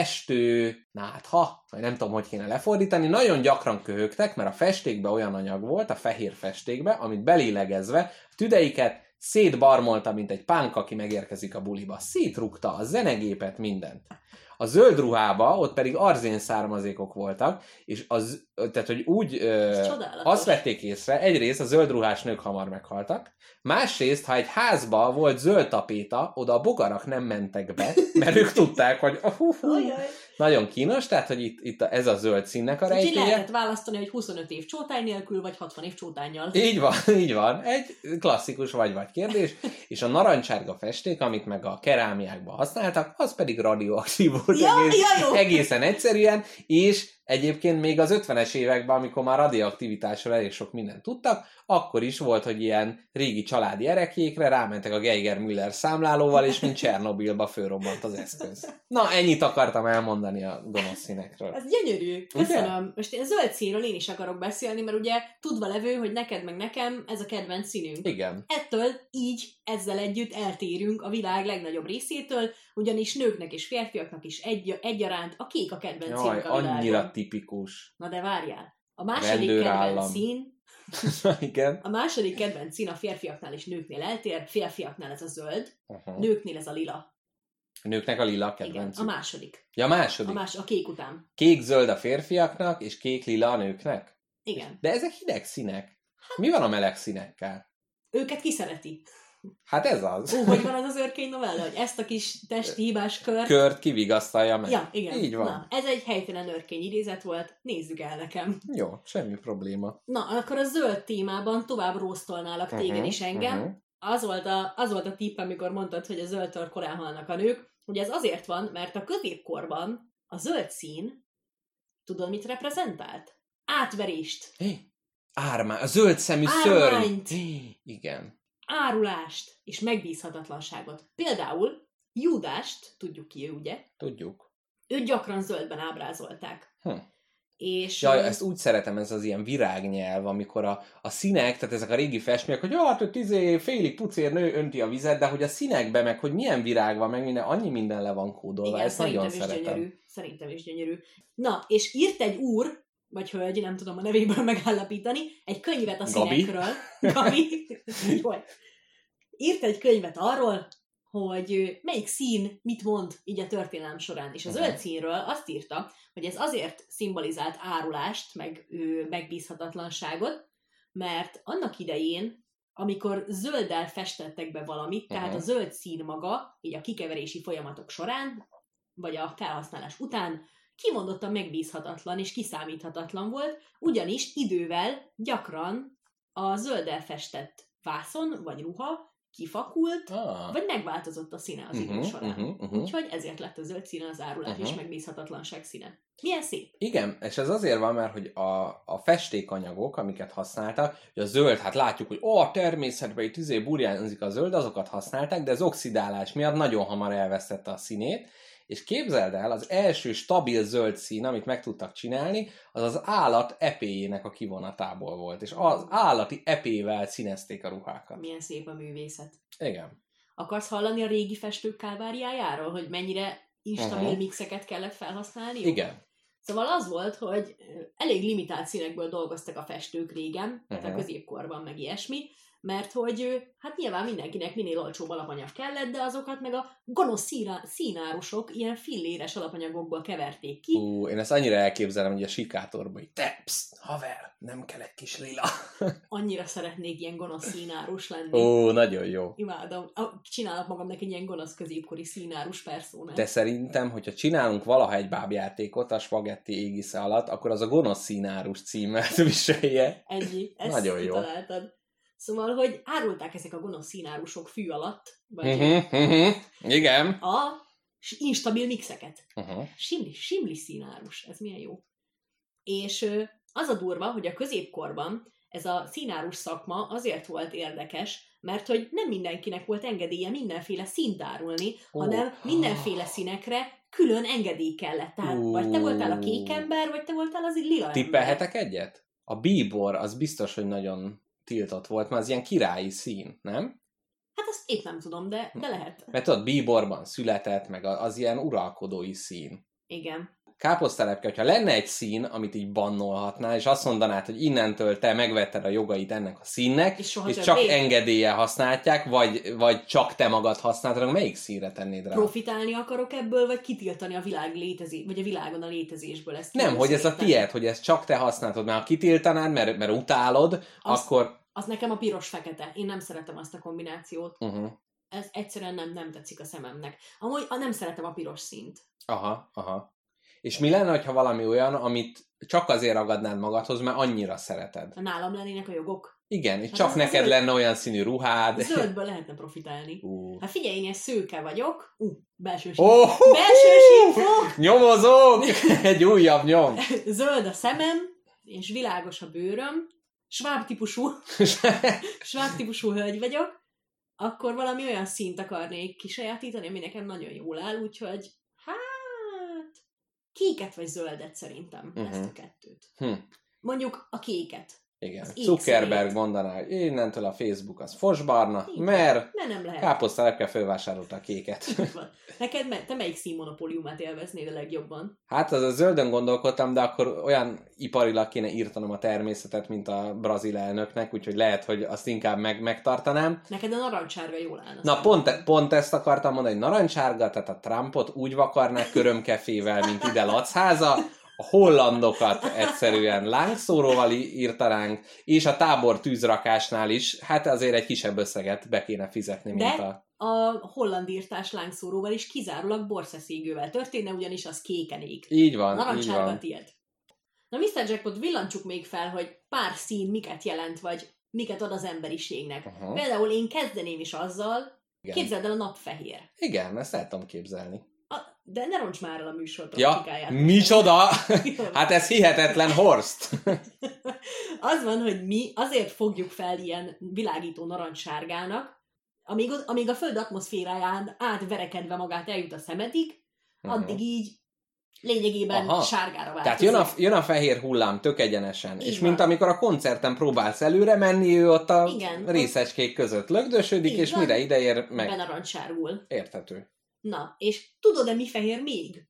festő nátha, vagy nem tudom, hogy kéne lefordítani, nagyon gyakran köhögtek, mert a festékben olyan anyag volt, a fehér festékben, amit belélegezve a tüdeiket szétbarmolta, mint egy pánk, aki megérkezik a buliba. Szétrugta a zenegépet, mindent. A zöld ruhába, ott pedig arzén származékok voltak, és az, tehát, hogy úgy ö, azt vették észre, egyrészt a zöld ruhás nők hamar meghaltak, másrészt, ha egy házba volt zöld tapéta, oda a bogarak nem mentek be, mert ők tudták, hogy uh, uh, uh, nagyon kínos, tehát, hogy itt, itt ez a zöld színnek a Úgyhogy rejtélye. lehetett választani, hogy huszonöt év csótány nélkül, vagy hatvan év csótánnyal. Így van, így van. Egy klasszikus vagy-vagy kérdés, és a narancsárga festék, amit meg a kerámiákban használtak, az pedig radioaktív volt Ja, egész, ja, jó. egészen egyszerűen, és egyébként még az ötvenes években, amikor már radioaktivitásról elég sok mindent tudtak, akkor is volt, hogy ilyen régi családi erekjékre rámentek a Geiger-Müller számlálóval, és mint Csernobilba fölrobbant az eszköz. Na, ennyit akartam elmondani a gonosz színekről. Ez gyönyörű. Köszönöm. Ugye? Most én zöld színről én is akarok beszélni, mert ugye tudva levő, hogy neked meg nekem ez a kedvenc színünk. Igen. Ettől így, ezzel együtt eltérünk a világ legnagyobb részétől, ugyanis nőknek és férfiaknak is egy, egyaránt a kék a kedvenc Jaj, színünk a világon. annyira tipikus. Na de várjál. A második Rendőrállam. kedvenc szín, Igen. a második kedvenc szín a férfiaknál és nőknél eltér, férfiaknál ez a zöld, Uh-huh. nőknél ez a lila. A nőknek a lila a Igen, kedvenc. a második. Ja, a második. A, más, a kék után. Kék-zöld a férfiaknak, és kék-lila a nőknek. Igen. De ezek hideg színek. Mi van a meleg színekkel? Őket ki szereti? Hát ez az. Ó, hogy van az az őrkény novella, hogy ezt a kis testi hibás kört... Kört kivigasztalja meg. Ja, igen. Így van. Na, ez egy helytelen őrkény idézet volt, nézzük el nekem. Jó, semmi probléma. Na, akkor a zöld témában tovább rósztolnálak téged Uh-huh, is engem. uh-huh. Az volt a, az volt a tipp, amikor mondtad, hogy a zöldtől korán halnak a nők, hogy ez azért van, mert a középkorban a zöld szín, tudod, mit reprezentált? Átverést, Hé, ármány, a zöld szemű szörny. Ármányt. Hé, igen. árulást és megbízhatatlanságot. Például Júdást, tudjuk ki ő, ugye? Tudjuk. Őt gyakran zöldben ábrázolták. Hm. És Jaj, ezt úgy szeretem, ez az ilyen virágnyelv, amikor a, a színek, tehát ezek a régi festmények, hogy hát ő izé, félig pucér nő önti a vizet, de hogy a színekbe meg, hogy milyen virág van, meg minden, annyi minden le van kódolva, igen, ezt nagyon szerintem is szeretem. gyönyörű. Szerintem is gyönyörű. Na, és írt egy úr, vagy hölgy, nem tudom a nevéből megállapítani, egy könyvet a Gabi? színekről. Gabi. Jó. Írt egy könyvet arról, hogy melyik szín mit mond így a történelem során. És a zöld színről azt írta, hogy ez azért szimbolizált árulást, meg ő, megbízhatatlanságot, mert annak idején, amikor zölddel festettek be valamit, uh-huh. tehát a zöld szín maga, így a kikeverési folyamatok során, vagy a felhasználás után kimondottan megbízhatatlan és kiszámíthatatlan volt, ugyanis idővel gyakran a zölddel festett vászon vagy ruha kifakult, Ah. vagy megváltozott a színe az idő Uh-huh, során. uh-huh, uh-huh. Úgyhogy ezért lett a zöld színe az árulás Uh-huh. és megbízhatatlanság színe. Milyen szép! Igen, és ez azért van, mert hogy a, a festékanyagok, amiket használtak, hogy a zöld, hát látjuk, hogy ó, a természetben itt izé burjánzik a zöld, azokat használták, de az oxidálás miatt nagyon hamar elvesztette a színét, és képzeld el, az első stabil zöld szín, amit meg tudtak csinálni, az az állat epéjének a kivonatából volt, és az állati epével színezték a ruhákat. Milyen szép a művészet. Igen. Akarsz hallani a régi festők kálváriájáról, hogy mennyire instabil Uh-huh. mixeket kellett felhasználni? Igen. Szóval az volt, hogy elég limitált színekből dolgoztak a festők régen, tehát Uh-huh. a középkorban meg ilyesmi, mert hogy hát nyilván mindenkinek minél olcsóbb alapanyag kellett, de azokat meg a gonosz szína, színárusok ilyen filléres alapanyagokból keverték ki. Ú, én ezt annyira elképzelem, hogy a sikátorban, hogy te, pszt, haver, nem kell egy kis lila. Annyira szeretnék ilyen gonosz színárus lenni. Ó, nagyon jó. Imádom. Csinálok magamnak egy ilyen gonosz középkori színárus perszónát. De szerintem, hogyha csinálunk valaha egy bábjátékot a Spagetti égisze alatt, akkor az a gonosz színárus címmel viselje. Ennyi. Ezt nagyon jó. Kitaláltad. Szóval, hogy árulták ezek a gonosz színárusok fű alatt, vagy Uh-huh, uh-huh. Igen. a instabil mixeket. Uh-huh. Simli, simli színárus, ez milyen jó. És az a durva, hogy a középkorban ez a színárus szakma azért volt érdekes, mert hogy nem mindenkinek volt engedélye mindenféle színt árulni, oh. hanem mindenféle színekre külön engedély kellett. Tehát uh. vagy te voltál a kék ember, vagy te voltál az lila ember. Tippelhetek egyet? A bíbor az biztos, hogy nagyon tiltott volt, mert az ilyen királyi szín, nem? Hát azt épp nem tudom, de, de lehet. Mert tudod, bíborban született, meg az ilyen uralkodói szín. Igen. Káposztelepke, hogyha lenne egy szín, amit így bannolhatnál, és azt mondanád, hogy innentől te megvetted a jogait ennek a színnek, és, és csak vége. Engedéllyel használják, vagy, vagy csak te magad használtad, akkor melyik színre tennéd rá? Profitálni akarok ebből, vagy kitiltani a világ létezés, vagy a világon a létezésből ezt? Nem, hogy ez a tiéd, hogy ezt csak te használtad, mert ha kitiltanád, mert, mert utálod, azt, akkor... Az nekem a piros-fekete. Én nem szeretem azt a kombinációt. Uh-huh. Ez egyszerűen nem, nem tetszik a szememnek. Amúgy a nem szeretem a piros színt. Aha, aha. És mi lenne, ha valami olyan, amit csak azért ragadnád magadhoz, mert annyira szereted? Ha nálam lennének a jogok? Igen, és hát csak neked zöld... lenne olyan színű ruhád. Zöldből lehetne profitálni. Uh. Hát figyelj, én egy szőke vagyok. Uh, belső sífó. Oh, belső sífó! Nyomozók! Egy újabb nyom. Zöld a szemem, és világos a bőröm. Sváb típusú, sváb típusú hölgy vagyok. Akkor valami olyan színt akarnék kisajátítani, ami nekem nagyon jól áll, úgyhogy hát... kéket vagy zöldet szerintem, uh-huh. ezt a kettőt. Hm. Mondjuk a kéket. Igen. Zuckerberg mondaná, hogy innentől a Facebook az fosbarna, igen, mert káposztelepke fölvásárolta a kéket. Neked, te melyik színmonopóliumát élveznéd a legjobban? Hát az a zöldön gondolkodtam, de akkor olyan iparilag kéne írtanom a természetet, mint a brazil elnöknek, úgyhogy lehet, hogy azt inkább meg, megtartanám. Neked a narancsárga jól állna. Na pont, pont ezt akartam mondani, hogy narancsárga, tehát a Trumpot úgy vakarnák körömkefével, mint ide Lacháza, a hollandokat egyszerűen lángszóróval írtanánk, és a tábor tűzrakásnál is, hát azért egy kisebb összeget be kéne fizetni, mint de a... a holland írtás lángszóróval is kizárólag borszeszégővel történne, ugyanis az kéken ég. Így van, narancsárga így van. Tiéd. Na miszter Jackpot, villancsuk még fel, hogy pár szín miket jelent, vagy miket ad az emberiségnek. Uh-huh. Például én kezdeném is azzal, igen. Képzeld el a napfehér. Igen, ezt el tudom képzelni. A, de ne roncs már el a műsor praktikáját. Ja, micsoda? Hát ez hihetetlen, Horst! Az van, hogy mi azért fogjuk fel ilyen világító narancssárgának, amíg, amíg a föld atmoszféráján átverekedve magát eljut a szemetig, addig uh-huh. így lényegében aha. sárgára változik. Tehát jön a, jön a fehér hullám tök egyenesen, így és van. Mint amikor a koncerten próbálsz előre menni, ő ott a igen, részecskék között lögdösödik, és van. Mire ideér meg... Benarancsárgul. Érthető. Na, és tudod-e mi fehér még?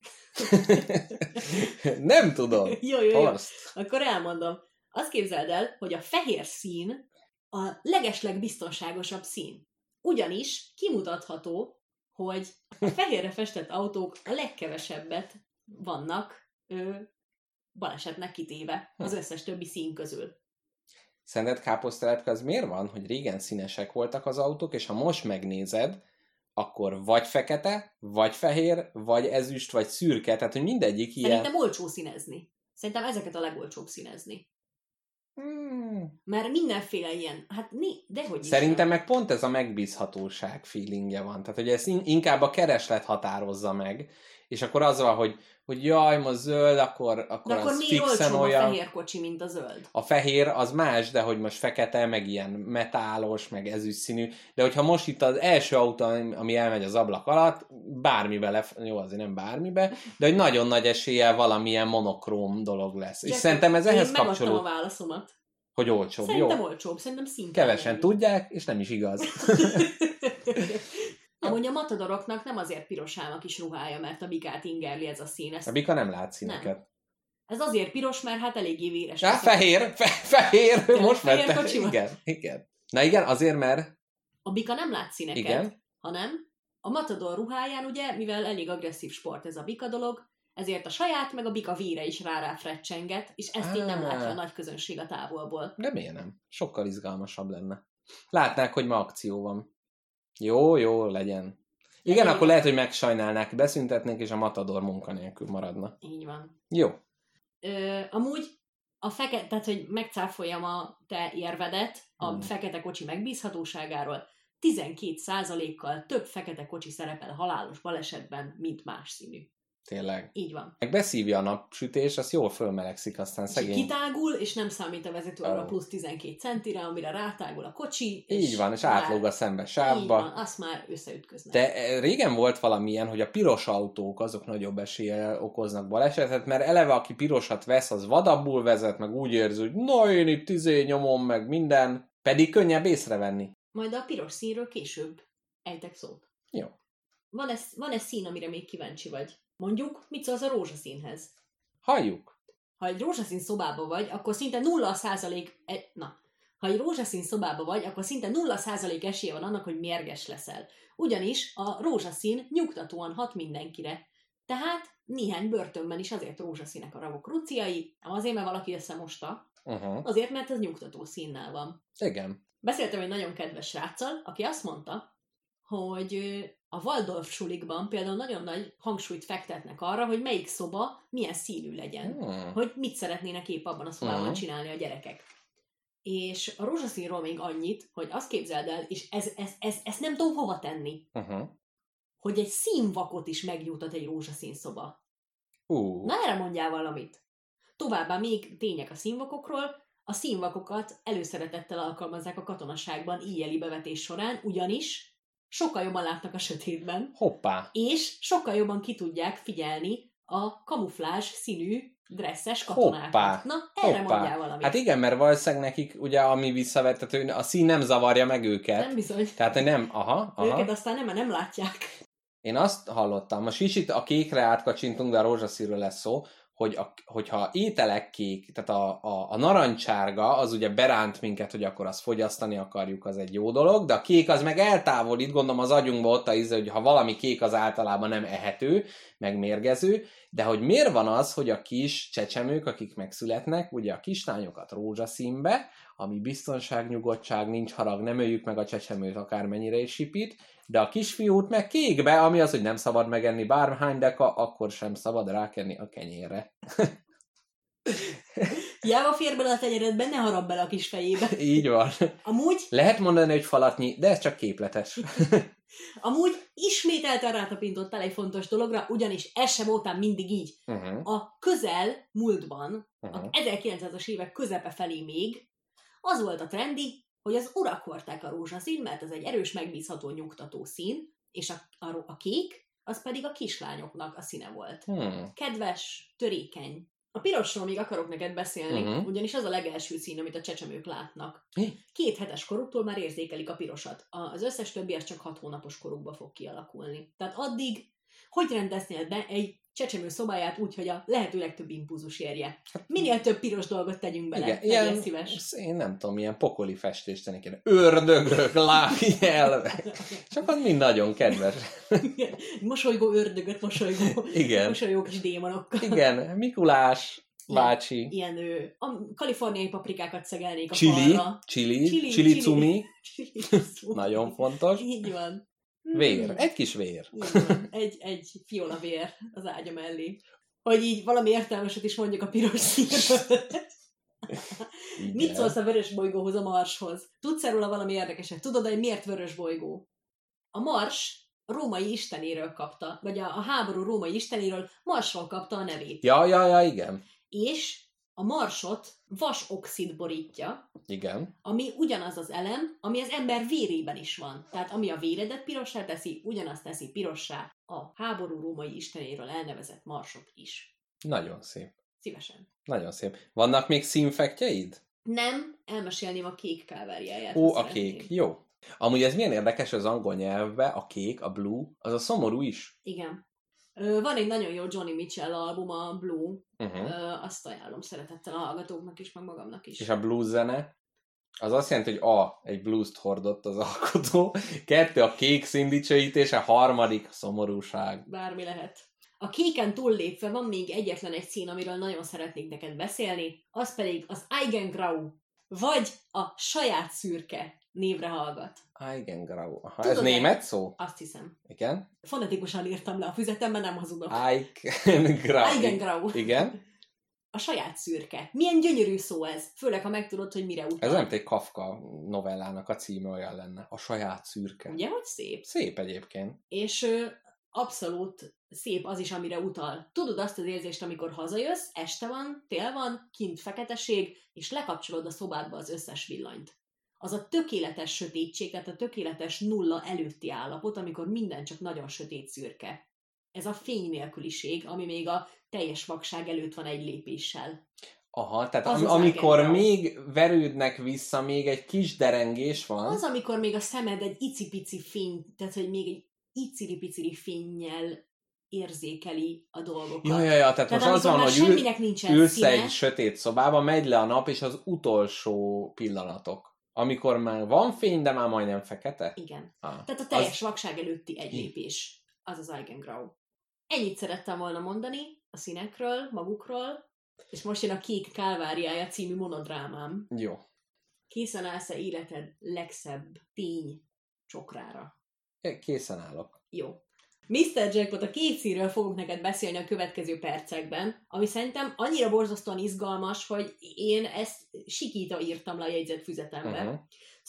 Nem tudom. jó, jó, jó. Akkor elmondom. Azt képzeld el, hogy a fehér szín a legesleg biztonságosabb szín. Ugyanis kimutatható, hogy a fehérre festett autók a legkevesebbet vannak ö, balesetnek kitéve az összes többi szín közül. Szerinted káposztelepke az miért van, hogy régen színesek voltak az autók, és ha most megnézed, akkor vagy fekete, vagy fehér, vagy ezüst, vagy szürke, tehát hogy mindegyik ilyen... Szerintem olcsó színezni. Szerintem ezeket a legolcsóbb színezni. Hmm. Mert mindenféle ilyen, hát né, dehogy is. Szerintem meg pont ez a megbízhatóság feelingje van. Tehát, hogy ezt inkább a kereslet határozza meg, és akkor az van, hogy, hogy jaj, ma zöld, akkor, akkor de az akkor fixen olyan... a fehér kocsi, mint a zöld? A fehér az más, de hogy most fekete, meg ilyen metálos, meg ezüst színű, de hogyha most itt az első autó, ami elmegy az ablak alatt, bármibe, lef... jó, azért nem bármibe, de hogy nagyon nagy eséllyel valamilyen monokróm dolog lesz. De és szerintem ez ehhez kapcsolódik. Én megadtam a válaszomat. Hogy olcsóbb, szerintem jó? olcsóbb, szerintem szintén. Kevesen nem tudják, és nem is igaz. Amúgy a matadoroknak nem azért piros ám a kis ruhája, mert a bikát ingerli ez a szín. Ezt... A bika nem lát színeket. Nem. Ez azért piros, mert hát eléggé véres. Ja, fehér, fe, fehér, Tényleg most fehér vettem. kocsi van? Igen, igen. Na igen, azért, mert... A bika nem lát színeket, Igen. hanem a matador ruháján, ugye, mivel elég agresszív sport ez a bika dolog, ezért a saját meg a bika víre is rá-rá frecsenget, és ezt így nem Á. látja a nagy közönség a távolból. De miért nem? Sokkal izgalmasabb lenne. Látnák, hogy ma akció van. Jó, jó, legyen. Igen, Legyen. akkor lehet, hogy megsajnálnák, beszüntetnék, és a matador munkanélkül maradna. Így van. Jó. Ö, amúgy a fekete, tehát hogy megcáfoljam a te érvedet a Hmm. fekete kocsi megbízhatóságáról, tizenkét százalékkal több fekete kocsi szerepel halálos balesetben, mint más színű. Tényleg. Így van. Meg beszívja a napsütés, az jól fölmelegszik, aztán És szegény... kitágul, és nem számít a vezető arra Ó. plusz tizenkét centire, amire rátágul a kocsi. És Így van, és már- átlóg a szembe Így sávba. van, azt már összeütköznek. De eh, régen volt valamilyen, hogy a piros autók azok nagyobb eséllyel okoznak balesetet, mert eleve aki pirosat vesz, az vadabbul vezet, meg úgy érzi, hogy na én itt izé nyomom, meg minden, pedig könnyebb észrevenni. Majd a piros színről később ejtek szót. Jó. Van ez, van ez szín, amire még kíváncsi vagy? Mondjuk, mit szólsz a rózsaszínhez? Halljuk. Ha egy rózsaszín szobába vagy, akkor szinte nulla százalék... E, na, ha egy rózsaszín szobába vagy, akkor szinte nulla százalék esélye van annak, hogy mérges leszel. Ugyanis a rózsaszín nyugtatóan hat mindenkire. Tehát néhány börtönben is azért rózsaszínek a ravok ruciai, nem azért, mert valaki összemosta, Uh-huh. azért, mert ez nyugtató színnel van. Igen. Beszéltem egy nagyon kedves sráccal, aki azt mondta, hogy ö, a Waldorf sulikban például nagyon nagy hangsúlyt fektetnek arra, hogy melyik szoba milyen színű legyen. Hmm. Hogy mit szeretnének épp abban a szobában Mhm. csinálni a gyerekek. És a rózsaszínról még annyit, hogy azt képzeld el, és ez, ez, ez, ezt nem tudom hova tenni, Uh-huh. hogy egy színvakot is megnyújtat egy rózsaszín szoba. Uh. Na erre mondjál valamit. Továbbá még tények a színvakokról. A színvakokat előszeretettel alkalmazzák a katonaságban íjjeli bevetés során, ugyanis sokkal jobban látnak a sötétben, Hoppá. és sokkal jobban ki tudják figyelni a kamuflázs színű dresszes katonákat. Hoppá. Na, erre Hoppá. mondjál valamit. Hát igen, mert valószínűleg nekik ugye ami visszavettető, a szín nem zavarja meg őket. Nem bizony. Tehát hogy nem, aha, aha. Őket aztán nem, nem látják. Én azt hallottam, most is itt a kékre átkacsintunk, de a rózsaszínről lesz szó, hogy a, hogyha ételek kék, tehát a, a, a narancsárga, az ugye beránt minket, hogy akkor azt fogyasztani akarjuk, az egy jó dolog, de a kék az meg eltávolít, gondolom az agyunkba ott a íze, hogy ha valami kék, az általában nem ehető, meg mérgező, de hogy miért van az, hogy a kis csecsemők, akik megszületnek, ugye a kislányokat rózsaszínbe, ami biztonság, nyugodtság, nincs harag, nem öljük meg a csecsemőt akármennyire is sipít, de a kisfiút meg kékbe, ami az, hogy nem szabad megenni bárhány deka, akkor sem szabad rákenni a kenyérre. Hiába fér bele a tenyeredben, ne harap bele a kis fejébe. Így van. Amúgy, Lehet mondani, hogy falatnyi, de ez csak képletes. amúgy ismételten rátapintottál egy fontos dologra, ugyanis ez sem voltál mindig így. Uh-huh. A közel múltban, Uh-huh. a ezerkilencszázas évek közepe felé még, az volt a trendi, hogy az urak hordták a rózsaszín, mert ez egy erős, megbízható, nyugtató szín, és a, a, a kék, az pedig a kislányoknak a színe volt. Hmm. Kedves, törékeny. A pirosról még akarok neked beszélni, Uh-huh. ugyanis az a legelső szín, amit a csecsemők látnak. Mi? Két hetes koruktól már érzékelik a pirosat. Az összes többi az csak hat hónapos korukba fog kialakulni. Tehát addig, hogy rendeznél be egy csecsemő szobáját úgy, hogy a lehető legtöbb impulzus érje. Minél több piros dolgot tegyünk bele, Igen, legyen ilyen, szíves. én nem tudom, ilyen pokoli festést tenni kéne. Ördögök, lábnyelvek. Csak az mind nagyon kedves. Igen. Mosolygó ördögöt, mosolygó, Igen. mosolygó kis démonokkal. Igen, Mikulás Ilyen- bácsi. Ilyen ő, a kaliforniai paprikákat szegelnék a Csili, falra. csili, Csili, csili csili. cumi. Csili cumi. Nagyon fontos. Így van. Vér, Hmm. egy kis vér. Így van. Egy, egy fiola vér az ágya mellé. Hogy így valami értelmeset is mondjuk a piros színről. Igen. Mit szólsz a vörös bolygóhoz, a Marshoz? Tudsz róla valami érdekeset? Tudod, hogy miért vörös bolygó? A Mars a római istenéről kapta, vagy a, a háború római istenéről Marsról kapta a nevét. Ja, ja, ja, igen. És a Marsot vasoxid borítja, Igen. ami ugyanaz az elem, ami az ember vérében is van. Tehát ami a véredet pirossá teszi, ugyanazt teszi pirossá a háború római istenéről elnevezett Marsot is. Nagyon szép. Szívesen. Nagyon szép. Vannak még színfektjeid? Nem, elmesélném a kék káváriáját. Ó, ha a szeretnéd. kék. Jó. Amúgy ez milyen érdekes, az angol nyelvben a kék, a blue, az a szomorú is. Igen. Ö, Van egy nagyon jó Johnny Mitchell album, a Blue. Uh-huh. Ö, Azt ajánlom szeretettel a hallgatóknak is, meg magamnak is. És a blues zene? Az azt jelenti, hogy A, egy blues-t hordott az alkotó, kettő, a kék színdicsőítése, harmadik, a szomorúság. Bármi lehet. A kéken túllépve van még egyetlen egy szín, amiről nagyon szeretnék neked beszélni, az pedig az Eigengrau, vagy a saját szürke névre hallgat. Eigengrau. Aha, Tudod ez német szó? Azt hiszem. Igen. Fonetikusan írtam le a füzetemben, nem hazudok. Eigengrau. Eigengrau. Igen. A saját szürke. Milyen gyönyörű szó ez, főleg ha megtudod, hogy mire utal. Ez nem egy Kafka novellának a címe olyan lenne. A saját szürke. Ugye, hogy szép? Szép egyébként. És ö, abszolút szép az is, amire utal. Tudod azt az érzést, amikor hazajössz, este van, tél van, kint feketeség, és lekapcsolod a szobádba az összes villanyt. Az a tökéletes sötétség, tehát a tökéletes nulla előtti állapot, amikor minden csak nagyon sötét szürke. Ez a fény nélküliség, ami még a teljes vakság előtt van egy lépéssel. Aha, tehát Az am- az amikor Eigengrau. még verődnek vissza, még egy kis derengés van. Az, amikor még a szemed egy icipici fény, tehát hogy még egy icili-picili fénnyel érzékeli a dolgokat. Ja, ja, ja, tehát, Tehát most az amikor van, már hogy ül, semminek nincsen ülsz színe. egy sötét szobába, megy le a nap, és az utolsó pillanatok. Amikor már van fény, de már majdnem fekete. Igen. Ah, Tehát a teljes az... vakság előtti egy lépés. Az az Eigengrau. Ennyit szerettem volna mondani a színekről, magukról, és most jön a Kék Kálváriája című monodrámám. Jó. Készen állsz-e életed legszebb tény csokrára? Készen állok. Jó. miszter Jackpot, a két színről fogok neked beszélni a következő percekben, ami szerintem annyira borzasztóan izgalmas, hogy én ezt sikítva írtam le a jegyzetfüzetembe. Uh-huh.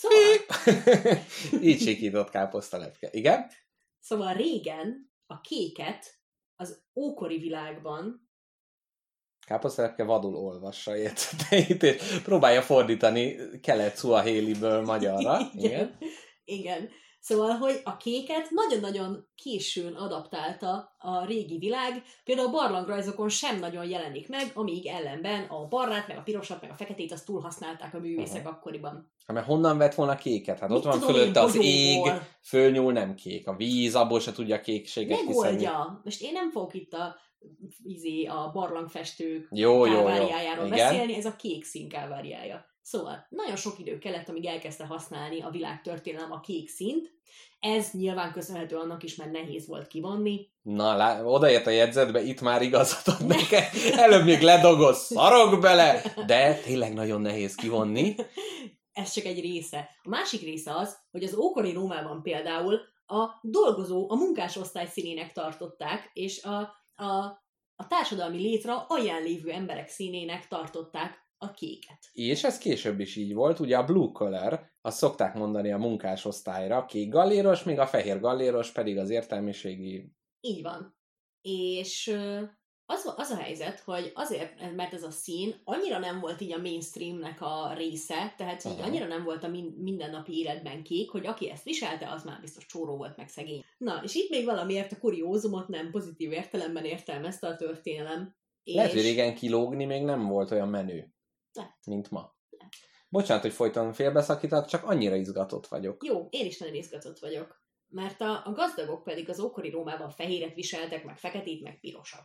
Szóval, Így sikított káposztalepke. Igen? szóval régen a kéket az ókori világban Káposztalepke vadul olvassa jegyzeteit, és próbálja fordítani kelet-szuahéliből magyarra. Igen. Igen. Szóval, hogy a kéket nagyon-nagyon későn adaptálta a régi világ, például a barlangrajzokon sem nagyon jelenik meg, amíg ellenben a barnát, meg a pirosat, meg a feketét azt túlhasználták a művészek uh-huh. akkoriban. Hát mert honnan vett volna kéket? Hát Mit ott van tudom fölötte én, az ég, bogyóból. fölnyúl nem kék. A víz, abból se tudja a kékséget kiszedni. Megoldja. Most én nem fogok itt a, izé, a barlangfestők Jó, jó, jó. kálváriájáról Igen. beszélni, ez a kék szín kálváriája. Szóval nagyon sok idő kellett, amíg elkezdte használni a világtörténelem a kék színt. Ez nyilván köszönhető annak is, mert nehéz volt kivonni. Na, lá, odaért a jegyzetbe, itt már igazat ad neked. Előbb még ledogod, szarok bele, de tényleg nagyon nehéz kivonni. Ez csak egy része. A másik része az, hogy az ókori Rómában például a dolgozó, a munkásosztály színének tartották, és a, a, a társadalmi létre alján lévő emberek színének tartották a kéket. És ez később is így volt, ugye a blue collar, azt szokták mondani a munkásosztályra, a kék galléros, míg a fehér galléros pedig az értelmiségi... Így van. És ö, az, az a helyzet, hogy azért, mert ez a szín annyira nem volt így a mainstreamnek a része, tehát így Aha. annyira nem volt a min- mindennapi életben kék, hogy aki ezt viselte, az már biztos csóró volt meg szegény. Na, és itt még valamiért a kuriózumot nem pozitív értelemben értelmezte a történelem. Lehet, hogy És- régen kilógni még nem volt olyan menő, Lehet. mint ma. Lehet. Bocsánat, hogy folyton félbeszakított, csak annyira izgatott vagyok. Jó, én is nagyon izgatott vagyok. Mert a, a gazdagok pedig az ókori Rómában fehéret viseltek, meg feketét, meg pirosat.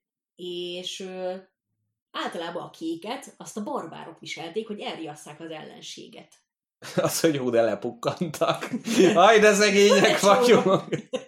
És ö, általában a kéket azt a barbárok viselték, hogy elriasszák az ellenséget. Az, hogy hú, de lepukkantak. Aj, de szegények vagyunk.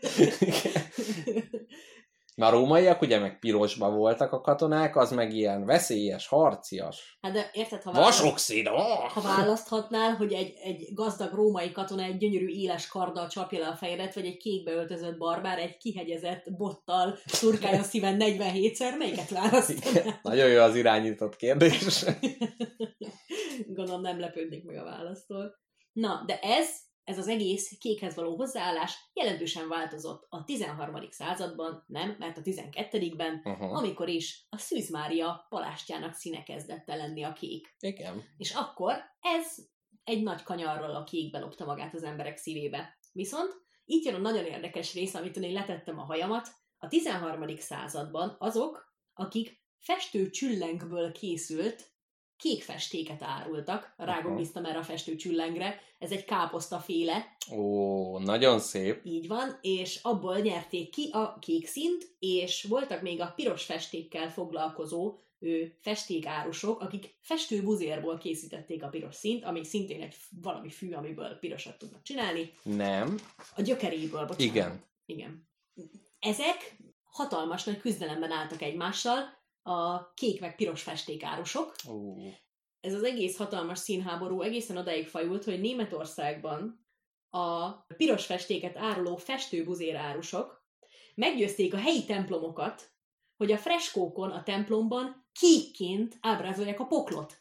Na, a rómaiak ugye meg pirosban voltak a katonák, az meg ilyen veszélyes, harcias. Hát de érted, ha, választ, Vasoxid! Oh! ha választhatnál, hogy egy, egy gazdag római katona egy gyönyörű éles karddal csapja le a fejedet, vagy egy kékbe öltözött barbár egy kihegyezett bottal szurkálja a szíven negyvenhétszer, melyiket választanál? Nagyon jó az irányított kérdés. Gondolom nem lepődnék meg a választól. Na, de ez, ez az egész kékhez való hozzáállás jelentősen változott a tizenharmadik században, nem, mert a tizenkettedikben, Uh-huh. amikor is a Szűz Mária palástjának színe kezdett el lenni a kék. Igen. És akkor ez egy nagy kanyarral a kékbe lopta magát az emberek szívébe. Viszont itt jön a nagyon érdekes rész, amitől én letettem a hajamat. A tizenharmadik században azok, akik festő csüllengből készült kék festéket árultak. Rágom Aha. bíztam erre a festőcsüllengre. Ez egy káposztaféle. Ó, nagyon szép. Így van, és abból nyerték ki a kék színt, és voltak még a piros festékkel foglalkozó ő, festékárusok, akik festőbuzérból készítették a piros színt, ami szintén egy valami fű, amiből pirosat tudnak csinálni. Nem. A gyökeréből, bocsánat. Igen. Igen. Ezek hatalmas nagy küzdelemben álltak egymással, a kék meg piros festékárusok. Ó. Ez az egész hatalmas színháború egészen odáig fajult, hogy Németországban a piros festéket áruló festőbuzérárusok meggyőzték a helyi templomokat, hogy a freskókon a templomban kékként ábrázolják a poklot.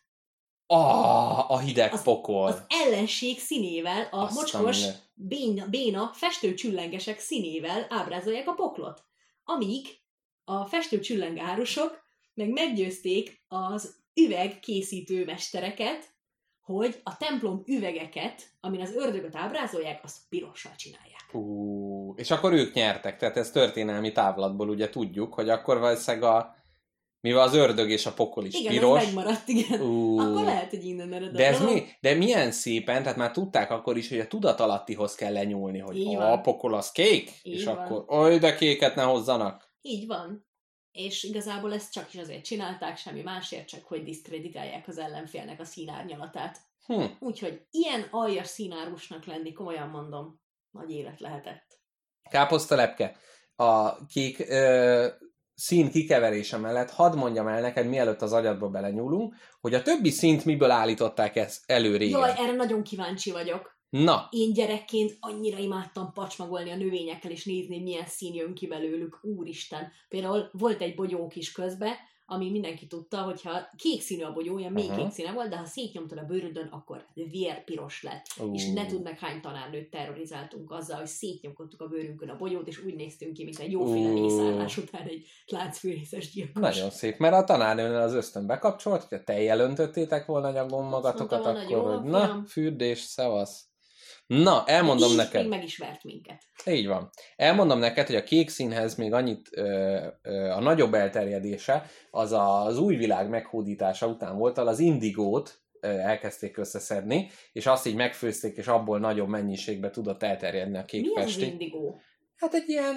Ah, a hideg Az- pokol. Az ellenség színével, a Azt a mocskos, minden- béna, béna festőcsüllengesek színével ábrázolják a poklot. Amíg a festőcsüllengárusok meg meggyőzték az üvegkészítő mestereket, hogy a templom üvegeket, amin az ördögöt ábrázolják, azt pirossal csinálják. Ú, és akkor ők nyertek, tehát ez történelmi távlatból ugye tudjuk, hogy akkor valószínűleg a, mivel az ördög és a pokol is Igen, piros. ez megmaradt, igen. Ú, Akkor lehet, hogy innen ered a de ez dolog. mi? De milyen szépen, tehát már tudták akkor is, hogy a tudatalattihoz kell lenyúlni, hogy Így a van. pokol az kék, Így és van. akkor oly, de kéket ne hozzanak. Így van. És igazából ezt csak is azért csinálták, semmi másért, csak hogy diszkreditálják az ellenfélnek a színárnyalatát. Hm. Úgyhogy ilyen aljas színárusnak lenni, komolyan mondom, nagy élet lehetett. Káposztalepke, a kék ö, szín kikeverése mellett hadd mondjam el neked, mielőtt az agyadba belenyúlunk, hogy a többi színt miből állították ezt elő régen. Jaj, erre nagyon kíváncsi vagyok. Na, Én gyerekként annyira imádtam pacsmagolni a növényekkel, és nézni, hogy milyen szín jön ki belőlük. Úristen! Például volt egy bogyónk is közbe, ami mindenki tudta, hogyha kék színű a bogyó, olyan mély Aha. kék színe volt, de ha szétnyomtad a bőrödön, akkor vérpiros lett. Ú. És ne tudd meg, hány tanárnőt terrorizáltunk azzal, hogy szétnyomkodtuk a bőrünkön a bogyót, és úgy néztünk ki, mint egy jóféle Ú. mészállás után egy láncfűrészes gyilkos. nagyon szép, mert a tanárnőnél az ösztön bekapcsolt, hogyha tejjel öntöttétek volna nyakon magatokat, mondta volna, akkor jó, hogy na, fiam. fürdés, szevasz. Na, elmondom Így neked. még meg is vert minket. Így van. Elmondom neked, hogy a kék színhez még annyit ö, ö, a nagyobb elterjedése, az az új világ meghódítása után volt, az indigót ö, elkezdték összeszedni, és azt így megfőzték, és abból nagyobb mennyiségbe tudott elterjedni a kék Mi ez az festék. indigó? Hát egy ilyen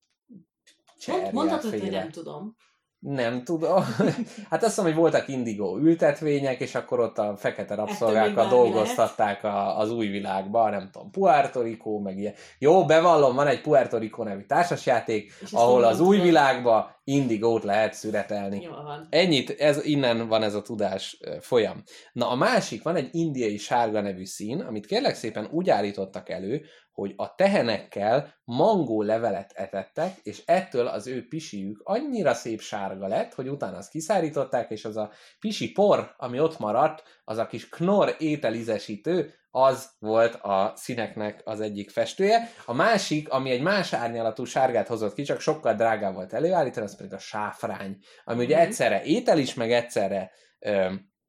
Mond- Mondhatod, hogy cserjeféle. nem tudom. Nem tudom. Hát azt mondom, hogy voltak indigó ültetvények, és akkor ott a fekete rabszolgákkal bármi dolgoztatták a, az új világba, nem tudom, Puerto Rico, meg ilyen. Jó, bevallom, van egy Puerto Rico nevű társasjáték, És ezt ahol honnan az új tudod? világba indigót lehet szüretelni. Jól van. Ennyit, ez, innen van ez a tudás ö, folyam. Na a másik, van egy indiai sárga nevű szín, amit kérlek szépen úgy állítottak elő, hogy a tehenekkel mangó levelet etettek, és ettől az ő pisijük annyira szép sárga lett, hogy utána azt kiszárították, és az a pisi por, ami ott maradt, az a kis knor ételízesítő, az volt a színeknek az egyik festője. A másik, ami egy más árnyalatú sárgát hozott ki, csak sokkal drágább volt előállítani, az pedig a sáfrány, ami ugye Mhm. egyszerre étel is, meg egyszerre ö,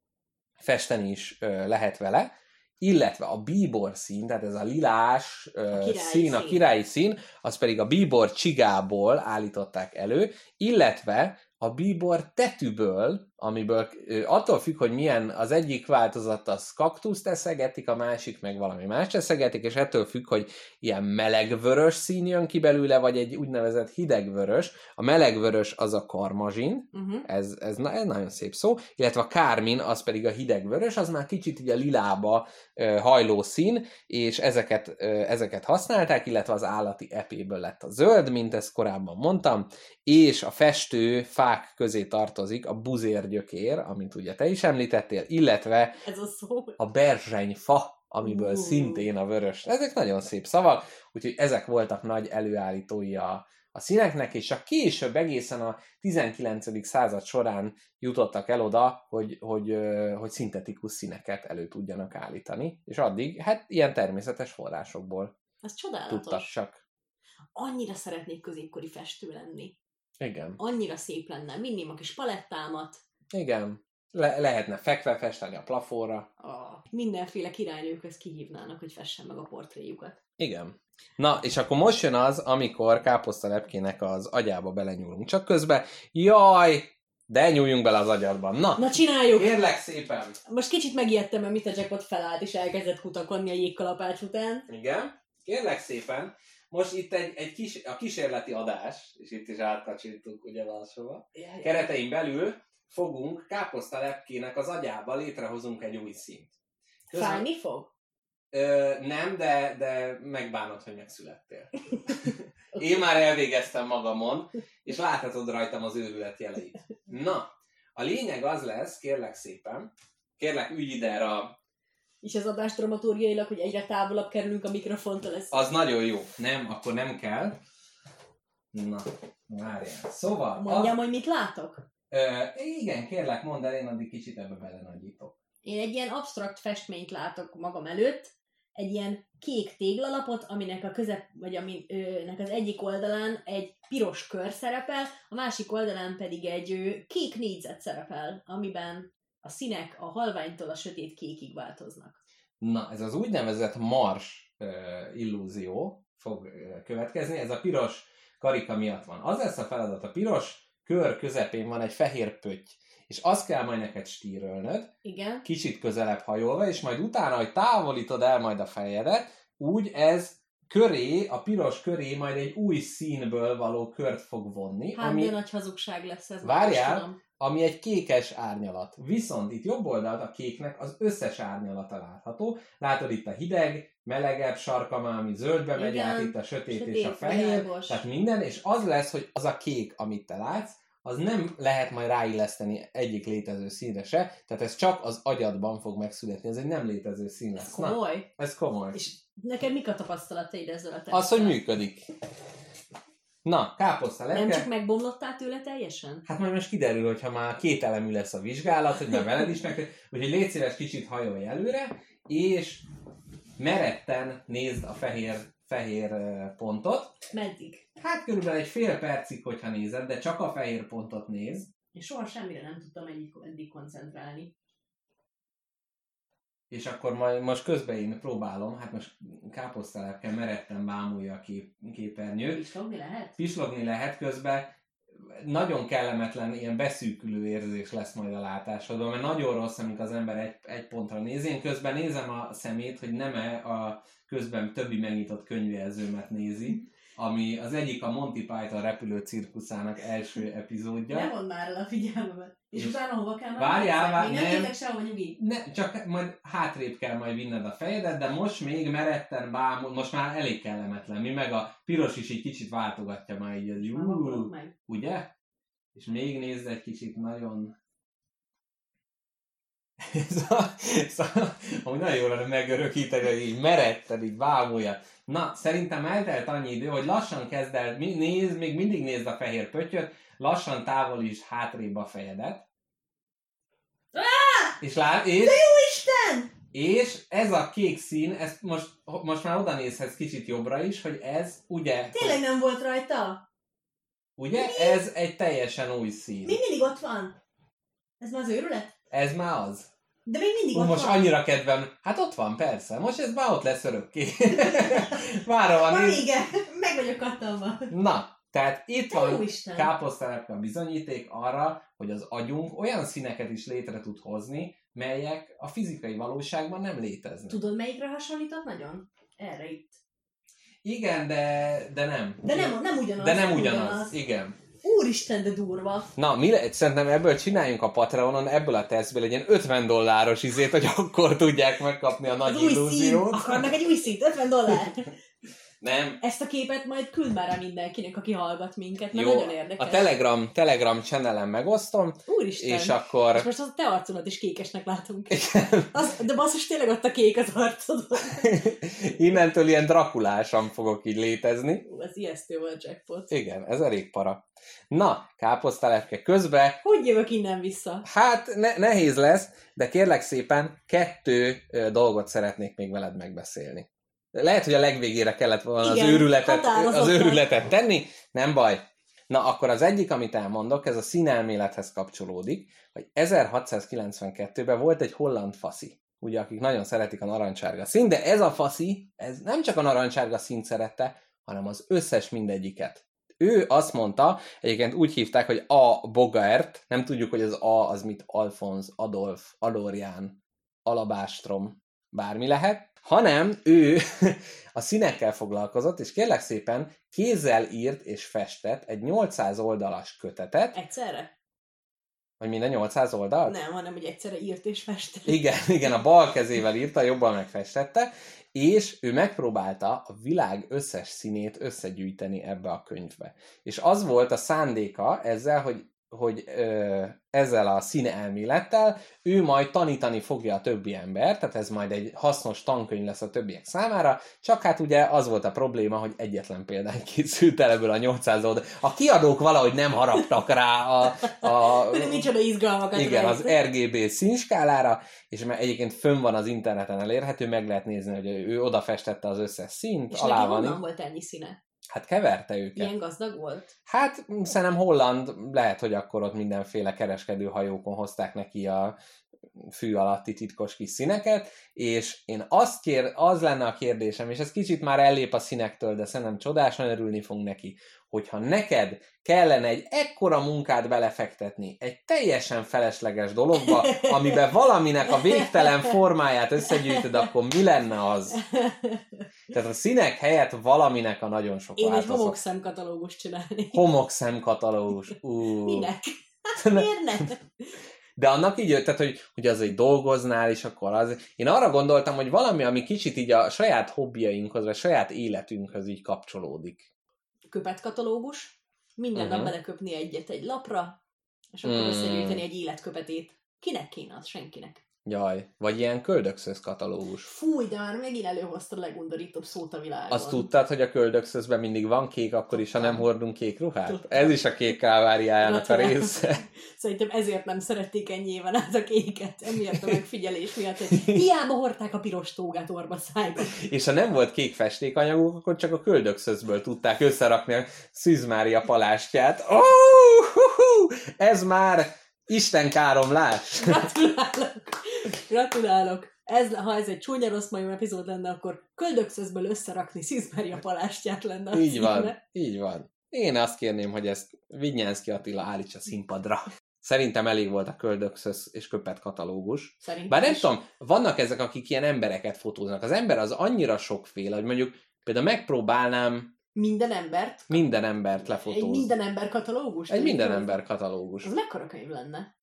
festeni is ö, lehet vele, illetve a bíbor szín, tehát ez a lilás ö, A királyi szín, a szín. királyi szín, az pedig a bíbor csigából állították elő, illetve a bíbor tetűből, amiből ö, attól függ, hogy milyen az egyik változat, az kaktuszt eszegetik, a másik meg valami más eszegetik, és ettől függ, hogy ilyen melegvörös szín jön ki belőle, vagy egy úgynevezett hidegvörös. A melegvörös az a karmazsin, Uh-huh. ez, ez, na, ez nagyon szép szó, illetve a kármin, az pedig a hidegvörös, az már kicsit így a lilába ö, hajló szín, és ezeket, ö, ezeket használták, illetve az állati epéből lett a zöld, mint ezt korábban mondtam, és a festő fák közé tartozik a buzérgyökér, amit ugye te is említettél, illetve Ez a szó. a berzsenyfa, amiből Uh. szintén a vörös. Ezek nagyon szép szavak, úgyhogy ezek voltak nagy előállítói a, a színeknek, és a később egészen a tizenkilencedik század során jutottak el oda, hogy, hogy, ö, hogy szintetikus színeket elő tudjanak állítani, és addig, hát ilyen természetes forrásokból Ez tudtak csodálatos. csak. Annyira szeretnék középkori festő lenni. Igen. Annyira szép lenne. Vinném a kis palettámat. Igen. Le- lehetne fekve festeni a plafonra. A mindenféle királynőkhöz kihívnának, hogy fessen meg a portréjukat. Igen. Na, és akkor most jön az, amikor káposztalepkének az agyába belenyúlunk. Csak közben, jaj, De nyúljunk bele az agyadban. Na, Na csináljuk! kérlek szépen. Most kicsit megijedtem, mert mit a Jackpot felállt, és elkezdett kutakodni a jégkalapács után. Igen. Kérlek szépen. Most itt egy, egy kis, a kísérleti adás, és itt is átkacsintunk ugye valahova. Keretein belül fogunk káposztalepkének az agyába létrehozunk egy új színt. Közben... Fájni fog? Ö, nem, de, de megbánod, hogy megszülettél. Én már elvégeztem magamon, és láthatod rajtam az őrület jeleit. Na, a lényeg az lesz, kérlek szépen, kérlek ügy ide a... És az adás dramaturgiailag, hogy egyre távolabb kerülünk a mikrofontól, ez... Az nagyon jó. Nem, akkor nem kell. Na, várjál. Szóval... Mondjam, az... hogy mit látok? Ö, igen, kérlek, mondd el, én addig kicsit ebbe belenagyítok. Én egy ilyen absztrakt festményt látok magam előtt, egy ilyen kék téglalapot, aminek a közep, vagy aminek az egyik oldalán egy piros kör szerepel, a másik oldalán pedig egy ö, kék négyzet szerepel, amiben a színek a halványtól a sötét kékig változnak. Na, ez az úgynevezett Mars uh, illúzió fog uh, következni, ez a piros karika miatt van. Az lesz a feladat, a piros kör közepén van egy fehér pötty, és azt kell majd neked stírölnöd, Igen. kicsit közelebb hajolva, és majd utána, hogy távolítod el majd a fejedet, úgy ez köré, a piros köré majd egy új színből való kört fog vonni. Hát ami... de nagy hazugság lesz ez. Várjál, ami egy kékes árnyalat. Viszont itt jobb oldalt a kéknek az összes árnyalata látható. Látod itt a hideg, melegebb sarkama, ami zöldbe megy át, itt a sötét, sötét és a fehér. Világos. Tehát minden, és az lesz, hogy az a kék, amit te látsz, az nem lehet majd ráilleszteni egyik létező színre se, tehát ez csak az agyadban fog megszületni, ez egy nem létező szín lesz. Ez komoly? Na, ez komoly. És neked mik a tapasztalataid ezzel a tesztel? Az, hogy működik. Na, káposztalepke. Nem csak megbomlottál tőle teljesen? Hát majd most kiderül, hogyha már két elemű lesz a vizsgálat, hogy már veled is meg... Úgyhogy légy szíves, kicsit hajolj előre, és meretten nézd a fehér, fehér pontot. Meddig? Hát körülbelül egy fél percig, hogyha nézed, de csak a fehér pontot nézd. Én soha semmire nem tudtam eddig, eddig koncentrálni. És akkor majd most közben én próbálom, hát most káposztalepke meretten bámulja a kép, képernyőt. Pislogni lehet? Pislogni lehet közben. Nagyon kellemetlen, ilyen beszűkülő érzés lesz majd a látásodban, mert nagyon rossz, amikor az ember egy, egy pontra néz. Én közben nézem a szemét, hogy nem-e a közben többi megnyitott könyvjelzőmet nézi, ami az egyik a Monty Python repülő cirkuszának első epizódja. Nem mondd már el a figyelmemet. És, és utána hova kell már? Várjál, várjál, nem. nem. Még nem sehova nyugi. Ne, csak majd hátrébb kell majd vinned a fejedet, de most még meretten bámul, most már elég kellemetlen. Mi meg a piros is egy kicsit váltogatja már így. Ez, ú, meg. Ugye? És még nézd egy kicsit nagyon... szóval, szóval, ami nagyon jól lenne megörökíteni, hogy így meretten, így bámulja. Na, szerintem eltelt annyi idő, hogy lassan kezd el, nézd, még mindig nézd a fehér pöttyöt, lassan távolíts hátrébb a fejedet. Ah! És lát, és... De jó Isten! És ez a kék szín, ezt most, most már oda nézhetsz kicsit jobbra is, hogy ez ugye... Tényleg nem volt rajta? Ugye? Mi? Ez egy teljesen új szín. Még mindig ott van. Ez már az őrület? Ez már az. De még mindig Ó, ott most van. annyira kedvem. Hát ott van, persze. Most ez már ott lesz örökké. Vára van. Ma vége. Meg vagyok kattanva. Na, tehát itt Te van káposztalepke a bizonyíték arra, hogy az agyunk olyan színeket is létre tud hozni, melyek a fizikai valóságban nem léteznek. Tudod, melyikre hasonlított nagyon? Erre itt. Igen, de, de nem. De nem, nem ugyanaz. De nem ugyanaz, ugyanaz. igen. Úristen, de durva. Na, mi le- szerintem ebből csináljunk a Patreonon, ebből a tesztből egy ilyen ötven dolláros izét, hogy akkor tudják megkapni a nagy az illúziót. Új szín. Akarnak egy új színt, ötven dollár. Nem. Ezt a képet majd küld már rá mindenkinek, aki hallgat minket, mert Jó, nagyon érdekes. a Telegram, Telegram channelen megosztom, Úristen. és akkor... És most az a te arcodat is kékesnek látunk. Igen. Az, de basszus, tényleg ott a kék az arcodon. Innentől ilyen drakulásan fogok így létezni. Ú, ez ijesztő volt, Jackpot. Igen, ez elég para. Na, káposztalepke közben... Hogy jövök innen vissza? Hát ne- nehéz lesz, de kérlek szépen kettő ö, dolgot szeretnék még veled megbeszélni. Lehet, hogy a legvégére kellett volna az Igen, őrületet, az határozottan. őrületet tenni, nem baj. Na, akkor az egyik, amit elmondok, ez a színelmélethez kapcsolódik, hogy ezerhatszázkilencvenkettőben volt egy holland faszi, ugye, akik nagyon szeretik a narancsárga színt, de ez a faszi, ez nem csak a narancsárga színt szerette, hanem az összes mindegyiket. ő azt mondta, egyébként úgy hívták, hogy A. Bogart, nem tudjuk, hogy az A az mit, Alphonse, Adolf, Adorján, Alabástrom, bármi lehet, hanem ő a színekkel foglalkozott, és kérlek szépen kézzel írt és festett egy nyolcszáz oldalas kötetet. Egyszerre? Vagy minden nyolcszáz oldalt? Nem, hanem hogy egyszerre írt és festett. Igen, igen, a bal kezével írta, jobban megfestette, és ő megpróbálta a világ összes színét összegyűjteni ebbe a könyvbe. És az volt a szándéka ezzel, hogy, hogy ö, ezzel a színelmélettel ő majd tanítani fogja a többi embert, tehát ez majd egy hasznos tankönyv lesz a többiek számára, csak hát ugye az volt a probléma, hogy egyetlen példány készült el ebből a nyolcszáz oldal. A kiadók valahogy nem haraptak rá a... a Micsoda izgalmakat. Igen, rejt. az er gé bé színskálára, és mert egyébként fönn van az interneten elérhető, meg lehet nézni, hogy ő oda festette az összes színt, és alá neki van. honnan volt ennyi színe? Hát keverte őket. Ilyen gazdag volt? Hát szerintem Holland, lehet, hogy akkor ott mindenféle kereskedőhajókon hozták neki a fű alatti titkos kis színeket, és én azt kér, az lenne a kérdésem, és ez kicsit már ellép a színektől, de szerintem csodásan örülni fog neki, hogyha neked kellene egy ekkora munkát belefektetni egy teljesen felesleges dologba, amiben valaminek a végtelen formáját összegyűjtöd, akkor mi lenne az? Tehát a színek helyett valaminek a nagyon sok Én egy változat. homokszemkatalógust csinálni. Homokszemkatalógus. Uh. Minek? Hát miért ne? De annak így jött, tehát, hogy, hogy az, hogy dolgoznál, és akkor az... Én arra gondoltam, hogy valami, ami kicsit így a saját hobbiainkhoz, vagy saját életünkhöz így kapcsolódik. Köpetkatalógus. Minden Uh-huh. nap beleköpni egyet egy lapra, és akkor Mm. összegyűjteni egy életköpetét. Kinek kéne az? Senkinek. Jaj, vagy ilyen köldökszösz katalógus. Fúj, de már megint előhozta a legundorítóbb szót a világon. Azt tudtad, hogy a köldökszözben mindig van kék, akkor is, ha nem hordunk kék ruhát? Tudtam. Ez is a kék káváriájának a Gratulálok. része. Szerintem ezért nem szerették ennyi éven át a kéket, emiatt a megfigyelés miatt, hogy hiába hordták a piros tógát orba szájba. És ha nem volt kék festékanyaguk, akkor csak a köldökszözből tudták összerakni a Szűz Mária palástját. Oh, hu, hu, ez már istenkáromlás! Gratulálok! Gratulálok! Ez, ha ez egy csúnya rossz majom epizód lenne, akkor köldökszözből összerakni Szűz Mária palástját lenne a Így címe. van, így van. Én azt kérném, hogy ezt Vignyánszky Attila állítsa színpadra. Szerintem elég volt a köldökszösz és köpet katalógus. Szerintem Bár nem is. tudom, vannak ezek, akik ilyen embereket fotóznak. Az ember az annyira sokféle, hogy mondjuk például megpróbálnám Minden embert? minden embert Egy lefotózni. minden ember katalógus? Egy minden ember katalógus. Az mekkora könyv lenne?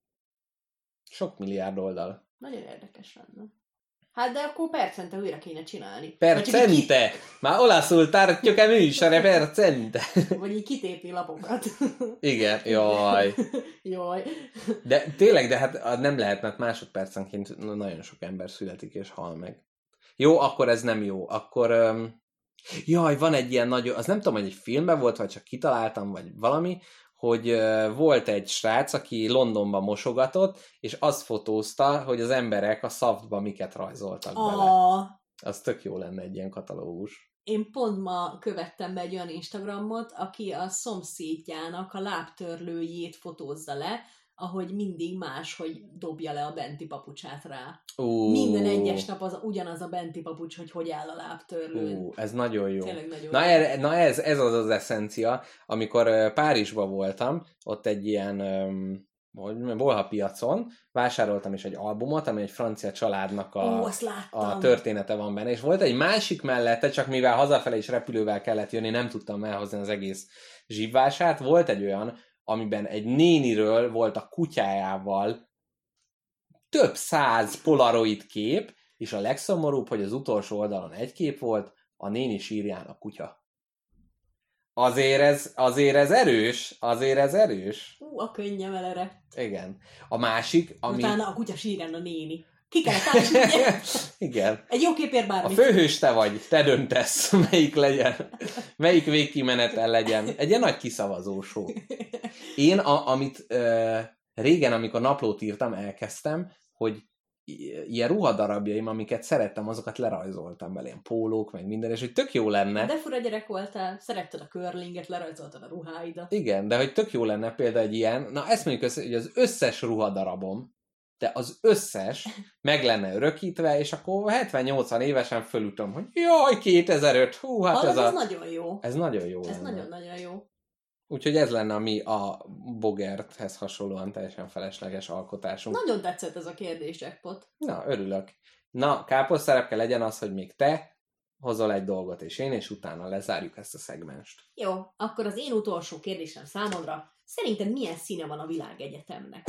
Sok milliárd oldal. Nagyon érdekes lenne. Hát de akkor percente újra kéne csinálni. Vagy csak így ki- Percente! Már olaszul tartjuk a műsor, percente! Vagy így kitépni lapokat. Igen, jaj. Jaj. De tényleg, de hát nem lehet, mert másodpercenként nagyon sok ember születik és hal meg. Jó, akkor ez nem jó. Akkor... Um... Jaj, van egy ilyen nagyon... Az nem tudom, hogy egy filmben volt, vagy csak kitaláltam, vagy valami, hogy uh, volt egy srác, aki Londonban mosogatott, és azt fotózta, hogy az emberek a szaftba miket rajzoltak bele. A... Az tök jó lenne egy ilyen katalógus. Én pont ma követtem be egy olyan Instagramot, aki a szomszédjának a lábtörlőjét fotózza le, ahogy mindig máshogy dobja le a benti papucsát rá. Uh, Minden egyes nap az ugyanaz a benti papucs, hogy hogy áll a lábtörlőn. Uh, ez nagyon jó. Tényleg nagyon Na, jó. er, na ez, ez az az eszencia, amikor uh, Párizsban voltam, ott egy ilyen um, hogy Bolha piacon, vásároltam is egy albumot, ami egy francia családnak a, Ó, azt láttam. a története van benne, és volt egy másik mellette, csak mivel hazafele is repülővel kellett jönni, nem tudtam elhozni az egész zsibvását, volt egy olyan, amiben egy néniről volt a kutyájával több száz polaroid kép, és a legszomorúbb, hogy az utolsó oldalon egy kép volt, a néni sírján a kutya. Azért ez, azért ez erős, azért ez erős. Ú, a könnyem elere. Igen. A másik, ami... Utána a kutya sírján a néni. Ki kellett állni. Igen. Egy jó képért A bármit. főhős te vagy, te döntesz, melyik legyen, melyik végkimenetel legyen. Egy ilyen nagy kiszavazósó. Én, a, amit ö, régen, amikor naplót írtam, elkezdtem, hogy i- ilyen ruhadarabjaim, amiket szerettem, azokat lerajzoltam bele, ilyen pólók, meg minden, és hogy tök jó lenne. De fura gyerek voltál, szeretted a curlinget, lerajzoltad a ruháidat. Igen, de hogy tök jó lenne például egy ilyen, na ezt mondjuk össze, hogy az összes ruhadarabom, de az összes meg lenne örökítve, és akkor hetven-nyolcvan évesen fölütöm, hogy jaj, kétezer-öt, hú, hát Hallod, ez ez a... nagyon jó. Ez nagyon jó Ez lenne. nagyon-nagyon jó. Úgyhogy ez lenne a mi a Bogerthez hasonlóan teljesen felesleges alkotásunk. Nagyon tetszett ez a kérdés, Jackpot. Na, örülök. Na, káposztelepke legyen az, hogy még te hozol egy dolgot, és én, és utána lezárjuk ezt a szegmenst. Jó, akkor az én utolsó kérdésem számodra, szerinted milyen színe van a világegyetemnek?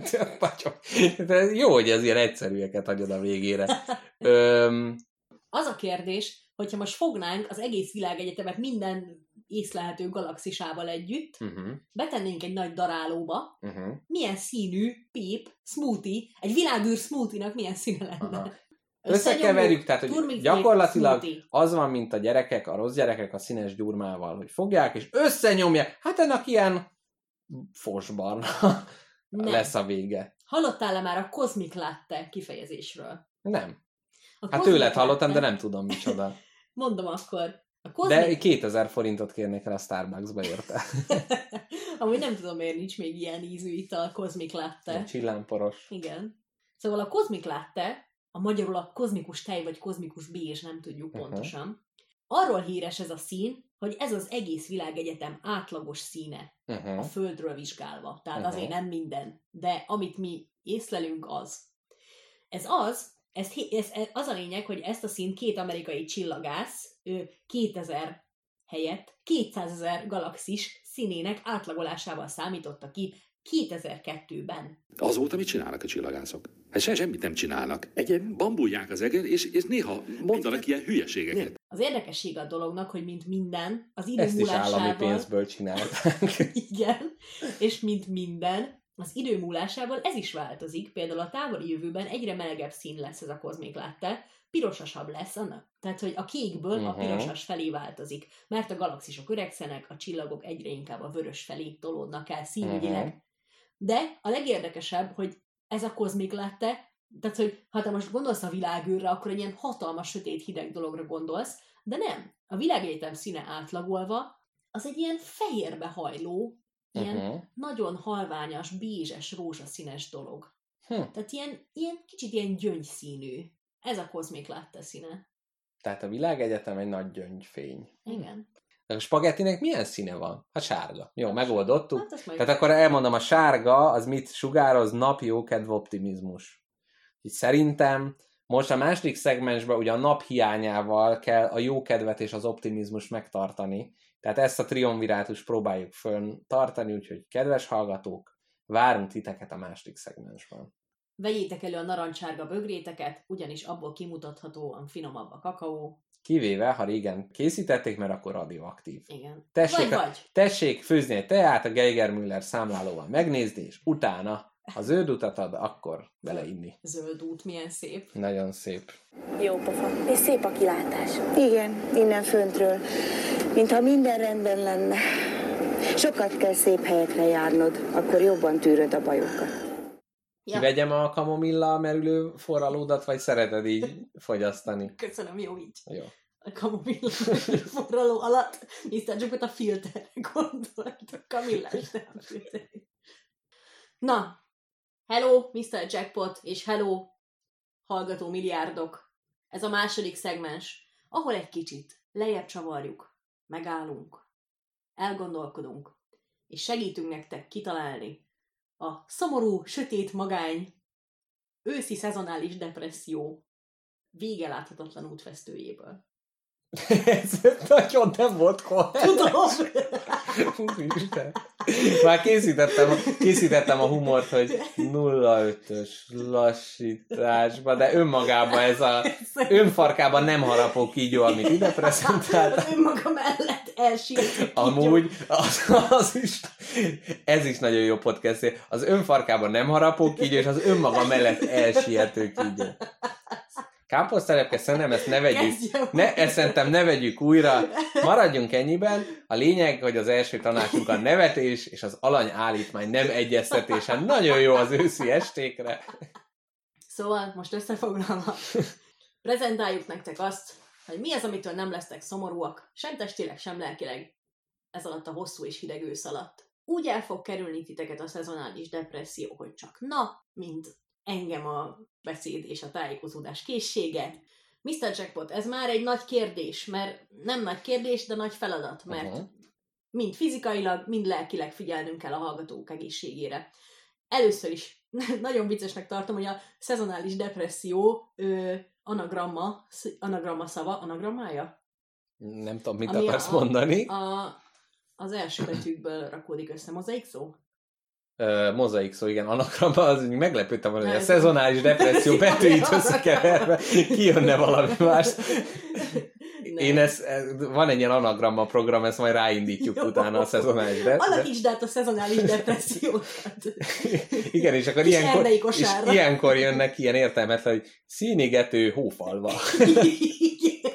De jó, hogy ez ilyen egyszerűeket hagyod a végére. Öm... Az a kérdés, hogyha most fognánk az egész világegyetemet minden észlelhető galaxisával együtt, uh-huh. betennénk egy nagy darálóba, uh-huh. milyen színű pép, smoothie, egy világűr smoothie-nak milyen színe lenne? Uh-huh. Összekeverjük, tehát hogy gyakorlatilag az van, mint a gyerekek, a rossz gyerekek a színes gyurmával, hogy fogják, és összenyomják. Hát ennek ilyen fosbarna lesz a vége. Hallottál-e már a Cosmic Latte kifejezésről? Nem. A hát tőled hallottam, de nem tudom micsoda. Mondom akkor. A Cosmic... De kétezer forintot kérnék el a Starbucksba érte. Amúgy nem tudom, miért nincs még ilyen ízű itt a Cosmic Latte. A csillámporos. Igen. Szóval a Cosmic Latte, a magyarul a kozmikus tej, vagy kozmikus bézs, nem tudjuk uh-huh. pontosan. Arról híres ez a szín, hogy ez az egész világegyetem átlagos színe uh-huh. a Földről vizsgálva. Tehát uh-huh. azért nem minden. De amit mi észlelünk, az. Ez az, ez, ez, ez az a lényeg, hogy ezt a színt két amerikai csillagász ő kétezer helyett kétszázezer galaxis színének átlagolásával számította ki kétezer-kettőben. Azóta mit csinálnak a csillagászok? Hát se, semmit nem csinálnak. Egy bambulják az eger, és, és néha mondanak ilyen hülyeségeket. Az érdekesség a dolognak, hogy mint minden, az idő Ezt múlásával... is állami pénzből csinálták. Igen, és mint minden, az idő múlásával ez is változik. Például a távoli jövőben egyre melegebb szín lesz ez a Cosmic Latte, pirosasabb lesz annak. Tehát, hogy a kékből uh-huh. a pirosas felé változik. Mert a galaxisok öregszenek, a csillagok egyre inkább a vörös felé tolódnak el színügyileg. Uh-huh. De a legérdekesebb, hogy ez a Cosmic Latte, tehát, hogy ha te most gondolsz a világűrre, akkor egy ilyen hatalmas, sötét, hideg dologra gondolsz, de nem. A világegyetem színe átlagolva, az egy ilyen fehérbe hajló, ilyen uh-huh. nagyon halványas, bézses, rózsaszínes dolog. Hm. Tehát ilyen, ilyen kicsit ilyen gyöngyszínű. Ez a Cosmic Latte színe. Tehát a világegyetem egy nagy gyöngyfény. Igen. De a spagettinek milyen színe van? Hát sárga. Jó, megoldottuk. Hát Tehát akkor elmondom, a sárga az mit sugároz? Nap, jókedv, optimizmus. Így szerintem most a második szegmensben ugye a nap hiányával kell a jókedvet és az optimizmus megtartani. Tehát ezt a triumvirátust próbáljuk fönn tartani, úgyhogy kedves hallgatók, várunk titeket a második szegmensben. Vegyétek elő a narancsárga bögréteket, ugyanis abból kimutathatóan finomabb a kakaó. Kivéve, ha régen készítették, mert akkor radioaktív. Igen. Tessék, vagy, vagy. tessék főzni egy teát a Geiger-Müller számlálóval megnézni, és utána, ha zöld utat ad, akkor beleinni. Zöld út, milyen szép. Nagyon szép. Jó pofa, és szép a kilátás. Igen, innen föntről. Mintha minden rendben lenne. Sokat kell szép helyekre járnod, akkor jobban tűröd a bajokat. Ja. Kivegyem a kamomilla merülő forralódat, vagy szereted így fogyasztani? Köszönöm, jó így. Jó. A kamomilla merülő forraló alatt miszter Jackpot a filterre gondolt. A kamillás, nem a filter. Na, hello, miszter Jackpot, és hello, hallgató milliárdok. Ez a második szegmens, ahol egy kicsit lejjebb csavarjuk, megállunk, elgondolkodunk, és segítünk nektek kitalálni a szomorú, sötét magány, őszi szezonális depresszió vége láthatatlan útvesztőjéből. Ez nagyon nem volt korrekt. Tudom! Úristen. Már készítettem, készítettem a humort, hogy nulla ötös lassításba, de önmagában ez a önfarkában nem harapó kígyó, amit ide prezentált. Az önmaga mellett elsírt kígyó. Amúgy az, az is, ez is nagyon jó podcast. Az önfarkában nem harapó kígyó, és az önmaga mellett elsiető kígyó. Káposztelepke, szerintem ezt ne vegyük, ne, ezt szerintem ne vegyük újra, maradjunk ennyiben. A lényeg, hogy az első tanácsunk a nevetés és az alany állítmány nem egyeztetésen. Nagyon jó az őszi estékre. Szóval, most összefoglalva, prezentáljuk nektek azt, hogy mi az, amitől nem lesztek szomorúak, sem testileg, sem lelkileg, ez alatt a hosszú és hideg ősz alatt. Úgy el fog kerülni titeket a szezonális depresszió, hogy csak na, mint engem a beszéd és a tájékozódás készsége. miszter Jackpot, ez már egy nagy kérdés, mert nem nagy kérdés, de nagy feladat, mert uh-huh. mind fizikailag, mind lelkileg figyelnünk kell a hallgatók egészségére. Először is nagyon viccesnek tartom, hogy a szezonális depresszió ö, anagramma, anagramma szava, anagrammája? Nem tudom, mit Ami akarsz a, mondani. A, az első betűkből rakódik össze. Mozaik szó? Uh, mozaik szó, igen, anagramma, az úgy meglepődtem volna, hogy a Ez- szezonális depresszió betűit összekeverve kijönne valami más. Én ezt, ez, van egy ilyen anagramma program, ezt majd ráindítjuk Jó. utána a szezonális de, de... Alakítsd át a szezonális depressziót. Igen, és akkor Kis ilyenkor, erdei és kosárra. ilyenkor jönnek ilyen értelmetlen, hogy színigető hófalva. Igen.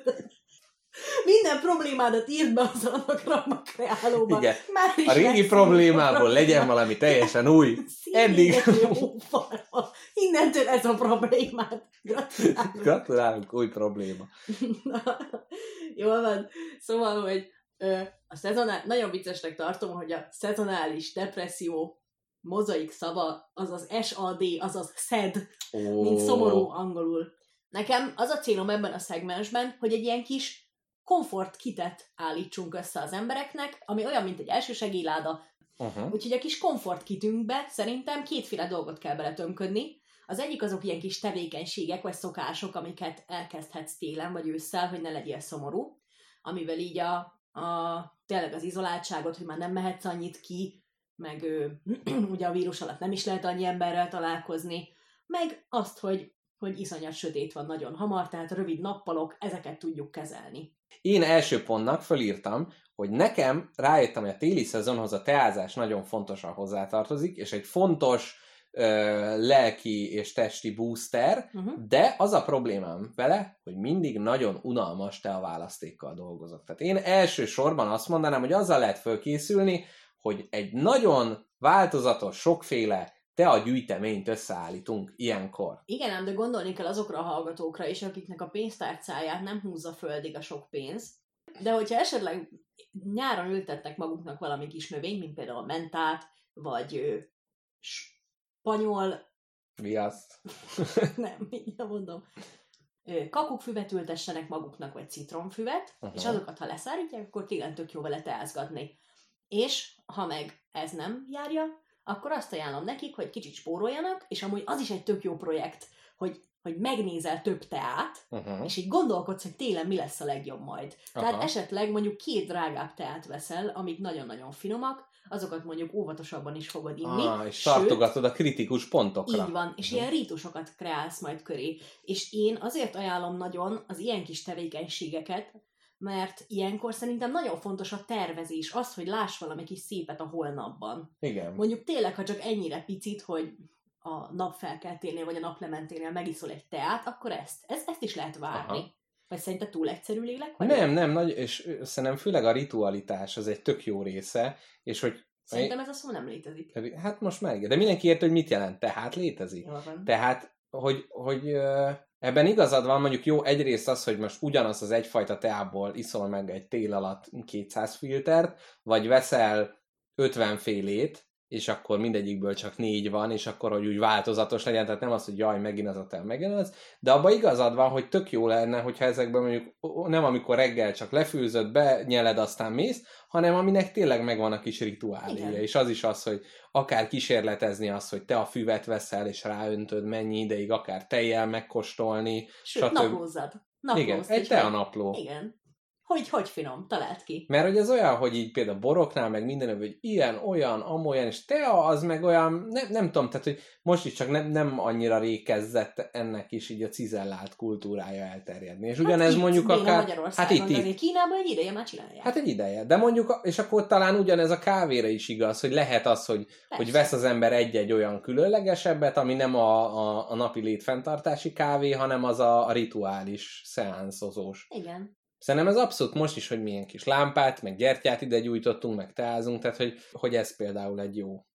Minden problémádat írd be az anagramma kreálóba. Igen. Már is A régi lesz problémából probléma. legyen valami teljesen új. Eddig... Színégető hófalva. Innentől ez a problémát. Gratulálok. Gratulálunk, új probléma. Na, jól van. Szóval, hogy ö, a szezonál... nagyon viccesnek tartom, hogy a szezonális depresszió mozaik szava, azaz es á dé, azaz szed, Ó. mint szomorú angolul. Nekem az a célom ebben a szegmensben, hogy egy ilyen kis komfort kitet állítsunk össze az embereknek, ami olyan, mint egy elsősegélyláda. Uh-huh. Úgyhogy a kis komfort kitünkbe szerintem kétféle dolgot kell beletömködni. Az egyik azok ilyen kis tevékenységek vagy szokások, amiket elkezdhetsz télen vagy ősszel, hogy ne legyél szomorú, amivel így a, a tényleg az izoláltságot, hogy már nem mehetsz annyit ki, meg ö, ugye a vírus alatt nem is lehet annyi emberrel találkozni, meg azt, hogy, hogy iszonyat sötét van nagyon hamar, tehát rövid nappalok, ezeket tudjuk kezelni. Én első pontnak fölírtam, hogy nekem rájöttem, hogy a téli szezonhoz a teázás nagyon fontosan hozzátartozik, és egy fontos ö, lelki és testi booster, Uh-huh. de az a problémám vele, hogy mindig nagyon unalmas teaválasztékkal dolgozok. Tehát én elsősorban azt mondanám, hogy azzal lehet fölkészülni, hogy egy nagyon változatos, sokféle teagyűjteményt összeállítunk ilyenkor. Igen, ám, de gondolni kell azokra a hallgatókra is, akiknek a pénztárcáját nem húzza földig a sok pénz. De hogyha esetleg nyáron ültetnek maguknak valami kis növény, mint például a mentát, vagy ö, spanyol, Viaszt. nem, mindjárt mondom, ö, kakukkfüvet ültessenek maguknak, vagy citromfüvet, Aha. és azokat, ha leszárítják, akkor tényleg tök jó vele teázgatni. És ha meg ez nem járja, akkor azt ajánlom nekik, hogy kicsit spóroljanak, és amúgy az is egy tök jó projekt, hogy, hogy megnézel több teát, Uh-huh. és így gondolkodsz, hogy télen mi lesz a legjobb majd. Tehát Aha. esetleg mondjuk két drágább teát veszel, amik nagyon-nagyon finomak, azokat mondjuk óvatosabban is fogod inni. Ah, és Sőt, tartogatod a kritikus pontokra. így van, és Uh-huh. ilyen rítusokat kreálsz majd köré. És én azért ajánlom nagyon az ilyen kis tevékenységeket, mert ilyenkor szerintem nagyon fontos a tervezés, az, hogy láss valami kis szépet a holnapban. Igen. Mondjuk tényleg, ha csak ennyire picit, hogy a napfelkelténél vagy a naplementénél megiszol egy teát, akkor ezt, ezt, ezt is lehet várni. Aha. Vagy szerinted túl egyszerű lélek? Vagy Nem, nem, nagy, és szerintem főleg a ritualitás az egy tök jó része, és hogy Szerintem ez a szó nem létezik. hát most meg, de mindenki érti, hogy mit jelent, tehát létezik. Jól van. Tehát, hogy, hogy ö, ebben igazad van, mondjuk jó, egyrészt az, hogy most ugyanaz az egyfajta teából iszol meg egy tél alatt kétszáz filtert, vagy veszel ötven félét, és akkor mindegyikből csak négy van, és akkor, hogy úgy változatos legyen, tehát nem az, hogy jaj, megint az a tea, megint az, de abban igazad van, hogy tök jó lenne, hogyha ezekben mondjuk nem amikor reggel csak lefőzöd, benyeled, aztán mész, hanem aminek tényleg megvan a kis rituáléja, Igen. és az is az, hogy akár kísérletezni az, hogy te a füvet veszel, és ráöntöd mennyi ideig, akár tejjel megkóstolni, Sőt, stb. naplózzad. Naplózd, Igen, egy és tea meg- napló. Igen. Hogy, hogy finom, találd ki. Mert hogy ez olyan, hogy így például boroknál, meg minden, hogy ilyen, olyan, amolyan, és tea az meg olyan, nem, nem tudom, tehát hogy most is csak nem, nem annyira rég kezdett ennek is így a cizellált kultúrája elterjedni. És ugyanez hát itt, mondjuk Béna akár... Magyarországon, Hát de itt, azért itt. Kínában egy ideje már csinálják. Hát egy ideje. De mondjuk, és akkor talán ugyanez a kávéra is igaz, hogy lehet az, hogy, hogy vesz az ember egy-egy olyan különlegesebbet, ami nem a, a, a napi létfenntartási kávé, hanem az a, a rituális szeánszozós. Igen. Szerintem ez abszolút most is, hogy milyen kis lámpát, meg gyertyát ide gyújtottunk, meg teázunk, tehát hogy, hogy ez például egy jó.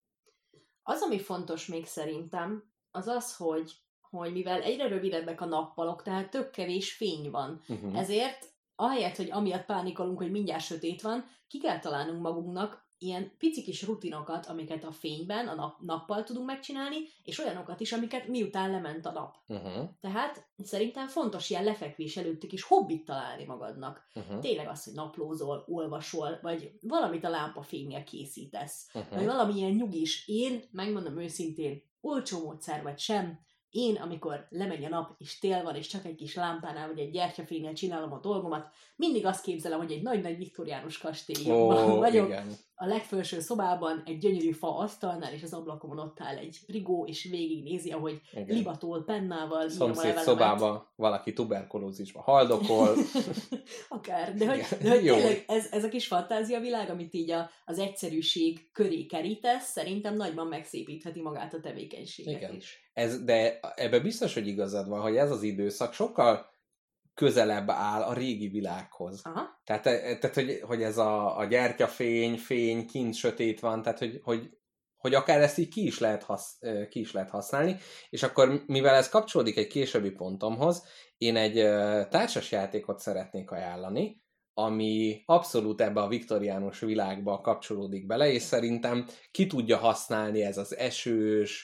Az, ami fontos még szerintem, az az, hogy, hogy mivel egyre rövidebbek a nappalok, tehát tök kevés fény van. Uh-huh. Ezért, ahelyett, hogy amiatt pánikolunk, hogy mindjárt sötét van, ki kell találnunk magunknak ilyen pici kis rutinokat, amiket a fényben, a nap, nappal tudunk megcsinálni, és olyanokat is, amiket miután lement a nap. Uh-huh. Tehát szerintem fontos ilyen lefekvés előtti kis hobbit találni magadnak. Uh-huh. Tényleg az, hogy naplózol, olvasol, vagy valamit a lámpafénnyel készítesz, Uh-huh. vagy valami ilyen nyugis. Én, megmondom őszintén, olcsó módszer vagy sem, én, amikor lemegy a nap, és tél van, és csak egy kis lámpánál, vagy egy gyertyafénnyel csinálom a dolgomat, mindig azt képzelem, hogy egy nagy-nagy viktoriánus kastélyban Ó, vagyok, igen. a legfelső szobában, egy gyönyörű fa asztalnál, és az ablakomon ott áll egy rigó, és végignézi, ahogy Igen. libatol pennával írom a Szomszéd levelemet. szobába valaki tuberkulózisba haldokol. Akár, de hogy, Igen. de hogy Jó. tényleg ez, ez a kis fantáziavilág, amit így a, az egyszerűség köré kerítesz, szerintem nagyban megszépítheti magát a tevékenységet Igen. is. Ez, de ebben biztos, hogy igazad van, hogy ez az időszak sokkal közelebb áll a régi világhoz. Aha. Tehát, tehát hogy, hogy ez a, a gyertyafény, fény, kint sötét van, tehát hogy, hogy, hogy akár ezt így ki is, lehet hasz, ki is lehet használni, és akkor mivel ez kapcsolódik egy későbbi pontomhoz, én egy társasjátékot szeretnék ajánlani, ami abszolút ebbe a viktoriánus világba kapcsolódik bele, és szerintem ki tudja használni ez az esős,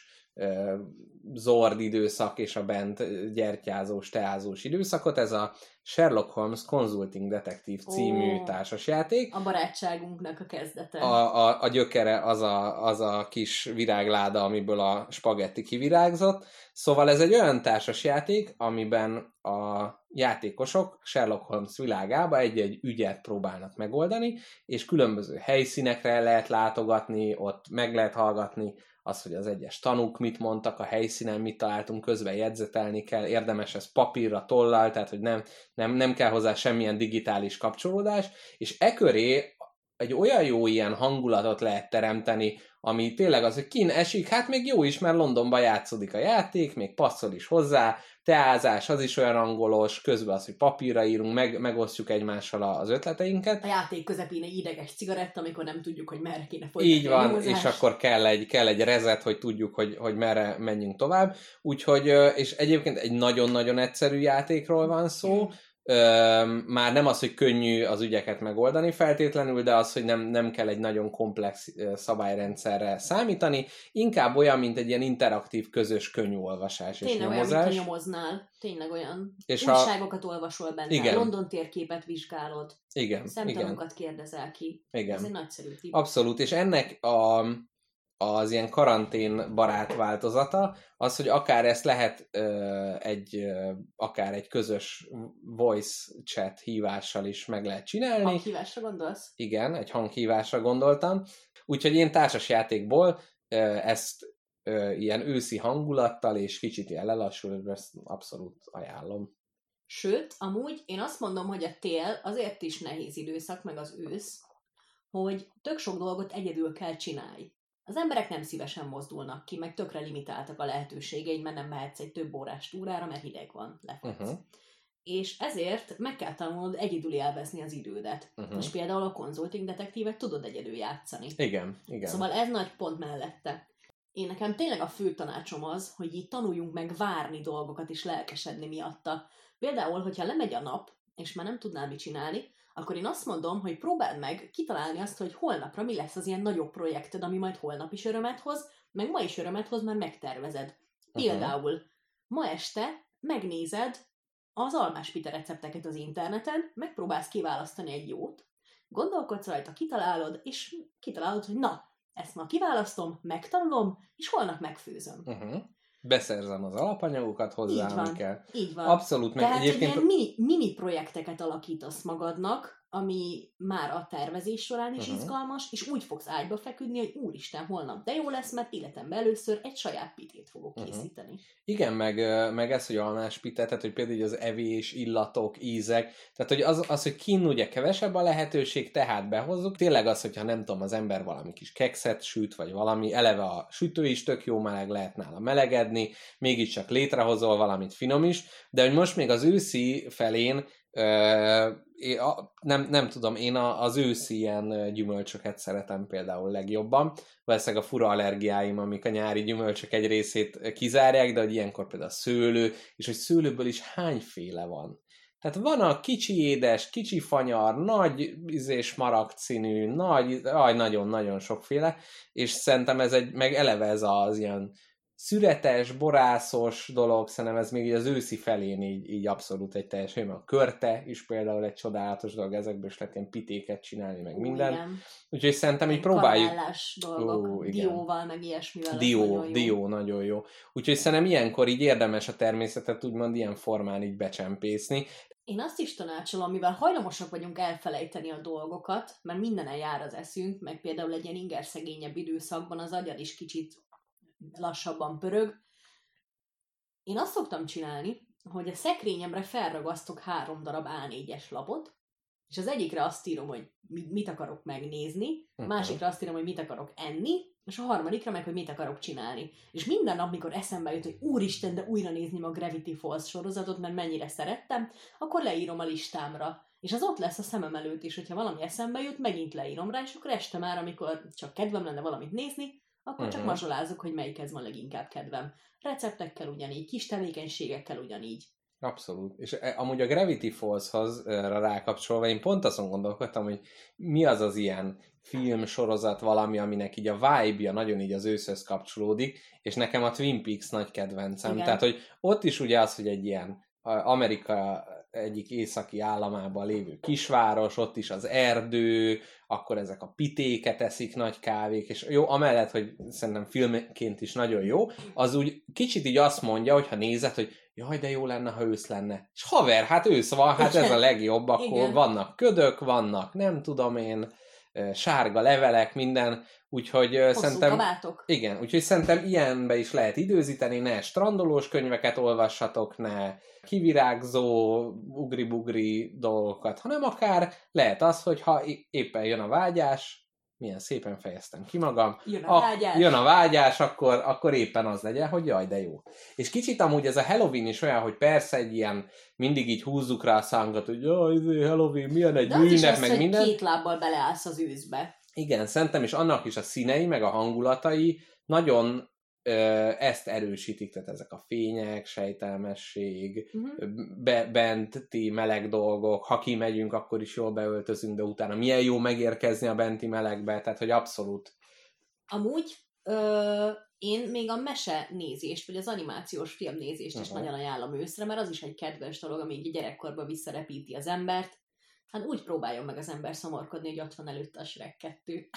zord időszak és a bent gyertyázós, teázós időszakot, ez a Sherlock Holmes Consulting Detective című Ó. társasjáték. A barátságunknak a kezdete. A, a, a gyökere az a, az a kis virágláda, amiből a spagetti kivirágzott. Szóval ez egy olyan társasjáték, amiben a játékosok Sherlock Holmes világába egy-egy ügyet próbálnak megoldani, és különböző helyszínekre lehet látogatni, ott meg lehet hallgatni az, hogy az egyes tanúk mit mondtak a helyszínen, mit találtunk, közben jegyzetelni kell, érdemes ez papírra, tollal, tehát hogy nem, nem, nem kell hozzá semmilyen digitális kapcsolódás, és e köré egy olyan jó ilyen hangulatot lehet teremteni, ami tényleg az, hogy kin esik, hát még jó is, mert Londonban játszódik a játék, még passzol is hozzá, teázás, az is olyan angolos, közben az, hogy papírra írunk, meg, megosztjuk egymással az ötleteinket. A játék közepén egy ideges cigaretta, amikor nem tudjuk, hogy merre kéne folytatni. Így van, a nyomozást. és akkor kell egy, kell egy rezet, hogy tudjuk, hogy, hogy merre menjünk tovább. Úgyhogy, és egyébként egy nagyon-nagyon egyszerű játékról van szó, már nem az, hogy könnyű az ügyeket megoldani feltétlenül, de az, hogy nem, nem kell egy nagyon komplex szabályrendszerre számítani, inkább olyan, mint egy ilyen interaktív, közös könyvolvasás és Tényleg nyomozás. olyan, mint a nyomoznál. Tényleg olyan. És újságokat a... olvasol benne, Igen. London térképet vizsgálod, Igen, szemtanúkat kérdezel ki. Igen. Ez egy nagyszerű tipp. Abszolút, és ennek a, az ilyen karantén barát változata, az, hogy akár ezt lehet ö, egy, ö, akár egy közös voice chat hívással is meg lehet csinálni. Hanghívásra gondolsz? Igen, egy hanghívásra gondoltam. Úgyhogy én társasjátékból ö, ezt ö, ilyen őszi hangulattal és kicsit ilyen lelassul, ezt abszolút ajánlom. Sőt, amúgy én azt mondom, hogy a tél azért is nehéz időszak, meg az ősz, hogy tök sok dolgot egyedül kell csinálni. Az emberek nem szívesen mozdulnak ki, meg tökre limitáltak a lehetőségeid, mert nem mehetsz egy több órás túrára, mert hideg van, lefeksz. Uh-huh. És ezért meg kell tanulnod egyedül élvezni az idődet. Uh-huh. És például a Consulting Detective-et tudod egyedül játszani. Igen, igen. Szóval ez nagy pont mellette. Én nekem tényleg a fő tanácsom az, hogy így tanuljunk meg várni dolgokat és lelkesedni miatta. Például, hogyha lemegy a nap, és már nem tudnál mit csinálni, akkor én azt mondom, hogy próbáld meg kitalálni azt, hogy holnapra mi lesz az ilyen nagyobb projekted, ami majd holnap is örömet hoz, meg ma is örömet hoz, már megtervezed. Például uh-huh. ma este megnézed az almáspite recepteket az interneten, megpróbálsz kiválasztani egy jót, gondolkodsz rajta, kitalálod, és kitalálod, hogy na, ezt ma kiválasztom, megtanulom, és holnap megfőzöm. Uh-huh. Beszerzem az alapanyagokat hozzá, így van, ami kell. Így van. Abszolút. Meg Tehát egyébként... egy ilyen mini, mini projekteket alakítasz magadnak, ami már a tervezés során is Uh-huh. izgalmas, és úgy fogsz ágyba feküdni, hogy úristen, holnap de jó lesz, mert életemben először egy saját pitét fogok Uh-huh. készíteni. Igen, meg, meg ez, hogy almáspite, tehát hogy például az evés, illatok, ízek, tehát hogy az, az hogy kinn ugye kevesebb a lehetőség, tehát behozzuk. Tényleg az, hogyha nem tudom, az ember valami kis kekszet süt, vagy valami, eleve a sütő is tök jó meleg, lehet nála melegedni, mégiscsak létrehozol valamit finom is, de hogy most még az őszi felén Uh, én, a, nem, nem tudom, én a, az őszi ilyen gyümölcsöket szeretem például legjobban. Valószínűleg a fura allergiáim, amik a nyári gyümölcsök egy részét kizárják, de hogy ilyenkor például a szőlő, és hogy szőlőből is hányféle van. Tehát van a kicsi édes, kicsi fanyar, nagy ízés maragdszínű, nagy, aj, nagyon-nagyon sokféle, és szerintem ez egy, meg eleve ez az ilyen szüretes, borászos dolog, szerintem ez még így az őszi felén így, így abszolút egy teljes hőm. A körte is például egy csodálatos dolog, ezekből is lehet ilyen pitéket csinálni, meg Ó, minden. igen. Úgyhogy szerintem így próbáljuk... Karamellás dolgok, Ó, igen. dióval, meg ilyesmivel. Dió, nagyon jó. dió, nagyon jó. Úgyhogy szerintem ilyenkor így érdemes a természetet úgymond ilyen formán így becsempészni. Én azt is tanácsolom, mivel hajlamosak vagyunk elfelejteni a dolgokat, mert mindenen jár az eszünk, meg például egy ilyen ingerszegényebb időszakban az agyad is kicsit lassabban pörög. Én azt szoktam csinálni, hogy a szekrényemre felragasztok három darab á négyes lapot, és az egyikre azt írom, hogy mit akarok megnézni, a másikra azt írom, hogy mit akarok enni, és a harmadikra meg, hogy mit akarok csinálni. És minden nap, mikor eszembe jut, hogy úristen, de újra nézném a Gravity Falls sorozatot, mert mennyire szerettem, akkor leírom a listámra. És az ott lesz a szemem előtt is, hogyha valami eszembe jut, megint leírom rá, és akkor este már, amikor csak kedvem lenne valamit nézni, akkor csak uh-huh. mazsolázok, hogy melyikhez van leginkább kedvem. Receptekkel ugyanígy, kis tevékenységekkel ugyanígy. Abszolút. És amúgy a Gravity Falls-hoz rákapcsolva én pont azon gondolkodtam, hogy mi az az ilyen film, sorozat, valami, aminek így a vibe-ja nagyon így az őszhöz kapcsolódik, és nekem a Twin Peaks nagy kedvencem. Igen. Tehát, hogy ott is ugye az, hogy egy ilyen Amerika egyik északi államában lévő kisváros, ott is az erdő, akkor ezek a pitéket eszik, nagy kávék, és jó, amellett, hogy szerintem filmként is nagyon jó, az úgy kicsit így azt mondja, hogy ha nézed, hogy jaj, de jó lenne, ha ősz lenne. És haver, hát ősz van, hát ez a legjobb, akkor igen. Vannak ködök, vannak, nem tudom én, sárga levelek, minden, úgyhogy hosszú szerintem... kabátok. Igen, úgyhogy szerintem ilyenbe is lehet időzíteni, ne strandolós könyveket olvassatok, ne kivirágzó, ugri-bugri dolgokat, hanem akár lehet az, hogy ha éppen jön a vágyás, milyen szépen fejeztem ki magam, jön a vágyás, a, jön a vágyás akkor, akkor éppen az legyen, hogy jaj, de jó. És kicsit amúgy ez a Halloween is olyan, hogy persze egy ilyen, mindig így húzzuk rá a szánkat, hogy jaj, Halloween, milyen egy ünnep, meg az, minden. Hogy két lábbal beleállsz az őszbe. Igen, szerintem, és annak is a színei, meg a hangulatai nagyon ö, ezt erősítik, tehát ezek a fények, sejtelmesség, uh-huh. be, benti meleg dolgok, ha kimegyünk, akkor is jól beöltözünk, de utána milyen jó megérkezni a benti melegbe, tehát hogy abszolút. Amúgy ö, én még a mese nézést, vagy az animációs filmnézést uh-huh. is nagyon ajánlom őszre, mert az is egy kedves dolog, ami így gyerekkorba visszarepíti az embert. Hát úgy próbáljon meg az ember szomorkodni, hogy ott van előtte a Shrek kettő.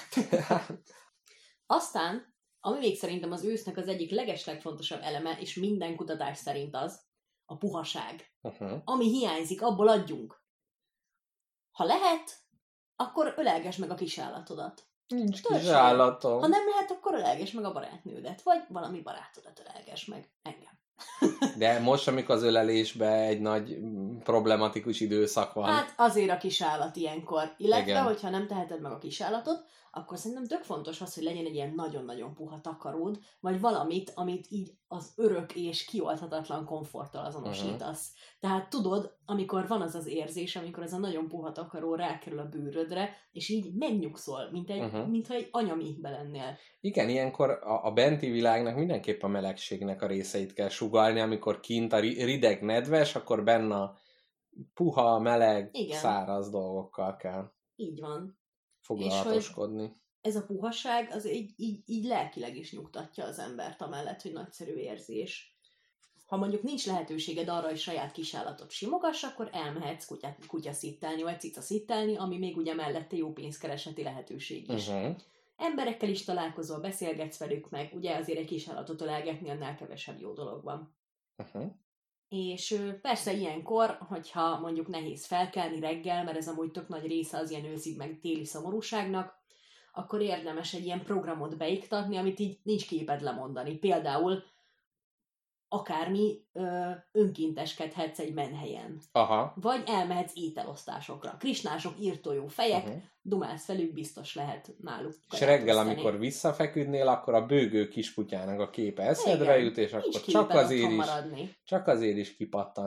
Aztán, ami még szerintem az ősznek az egyik legeslegfontosabb eleme, és minden kutatás szerint az, a puhaság. Uh-huh. Ami hiányzik, abból adjunk. Ha lehet, akkor ölelges meg a kisállatodat. Nincs kisállatom. Ha nem lehet, akkor ölelges meg a barátnődet, vagy valami barátodat ölelges meg engem. De most, amikor az ölelésben egy nagy problematikus időszak van. Hát azért a kisállat ilyenkor. Illetve, igen. Hogyha nem teheted meg a kisállatot, akkor szerintem tök fontos az, hogy legyen egy ilyen nagyon-nagyon puha takaród, vagy valamit, amit így az örök és kiolthatatlan komforttal azonosítasz. Uh-huh. Tehát tudod, amikor van az az érzés, amikor ez a nagyon puha takaró rákerül a bőrödre, és így megnyugszol, mint egy, uh-huh. mintha egy anyaméhbe lennél. Igen, ilyenkor a, a benti világnak mindenképp a melegségnek a részeit kell sugallni, amikor kint a rideg nedves, akkor benne a puha, meleg, igen. száraz dolgokkal kell. Így van. Foglalatoskodni. Ez a puhaság az így, így, így lelkileg is nyugtatja az embert, amellett, hogy nagyszerű érzés. Ha mondjuk nincs lehetőséged arra, hogy saját kisállatot simogass, akkor elmehetsz kutyát, kutyaszittelni, vagy cicaszittelni, ami még ugye mellette jó pénzkereseti lehetőség is. Uh-huh. Emberekkel is találkozol, beszélgetsz velük meg, ugye azért egy kisállatot ölelgetni, annál kevesebb jó dolog van. Uh-huh. És persze ilyenkor, hogyha mondjuk nehéz felkelni reggel, mert ez amúgy tök nagy része az ilyen őszi meg téli szomorúságnak, akkor érdemes egy ilyen programot beiktatni, amit így nincs képed lemondani. Például akármi ö, önkénteskedhetsz egy menhelyen. Aha. Vagy elmehetsz ételosztásokra. Krisnások írtójó fejek, uh-huh. dumálsz velük, biztos lehet náluk. És reggel, amikor visszafeküdnél, akkor a bőgő kiskutyának a képe eszedre jut, és akkor csak azért, is, csak azért is kipattansz.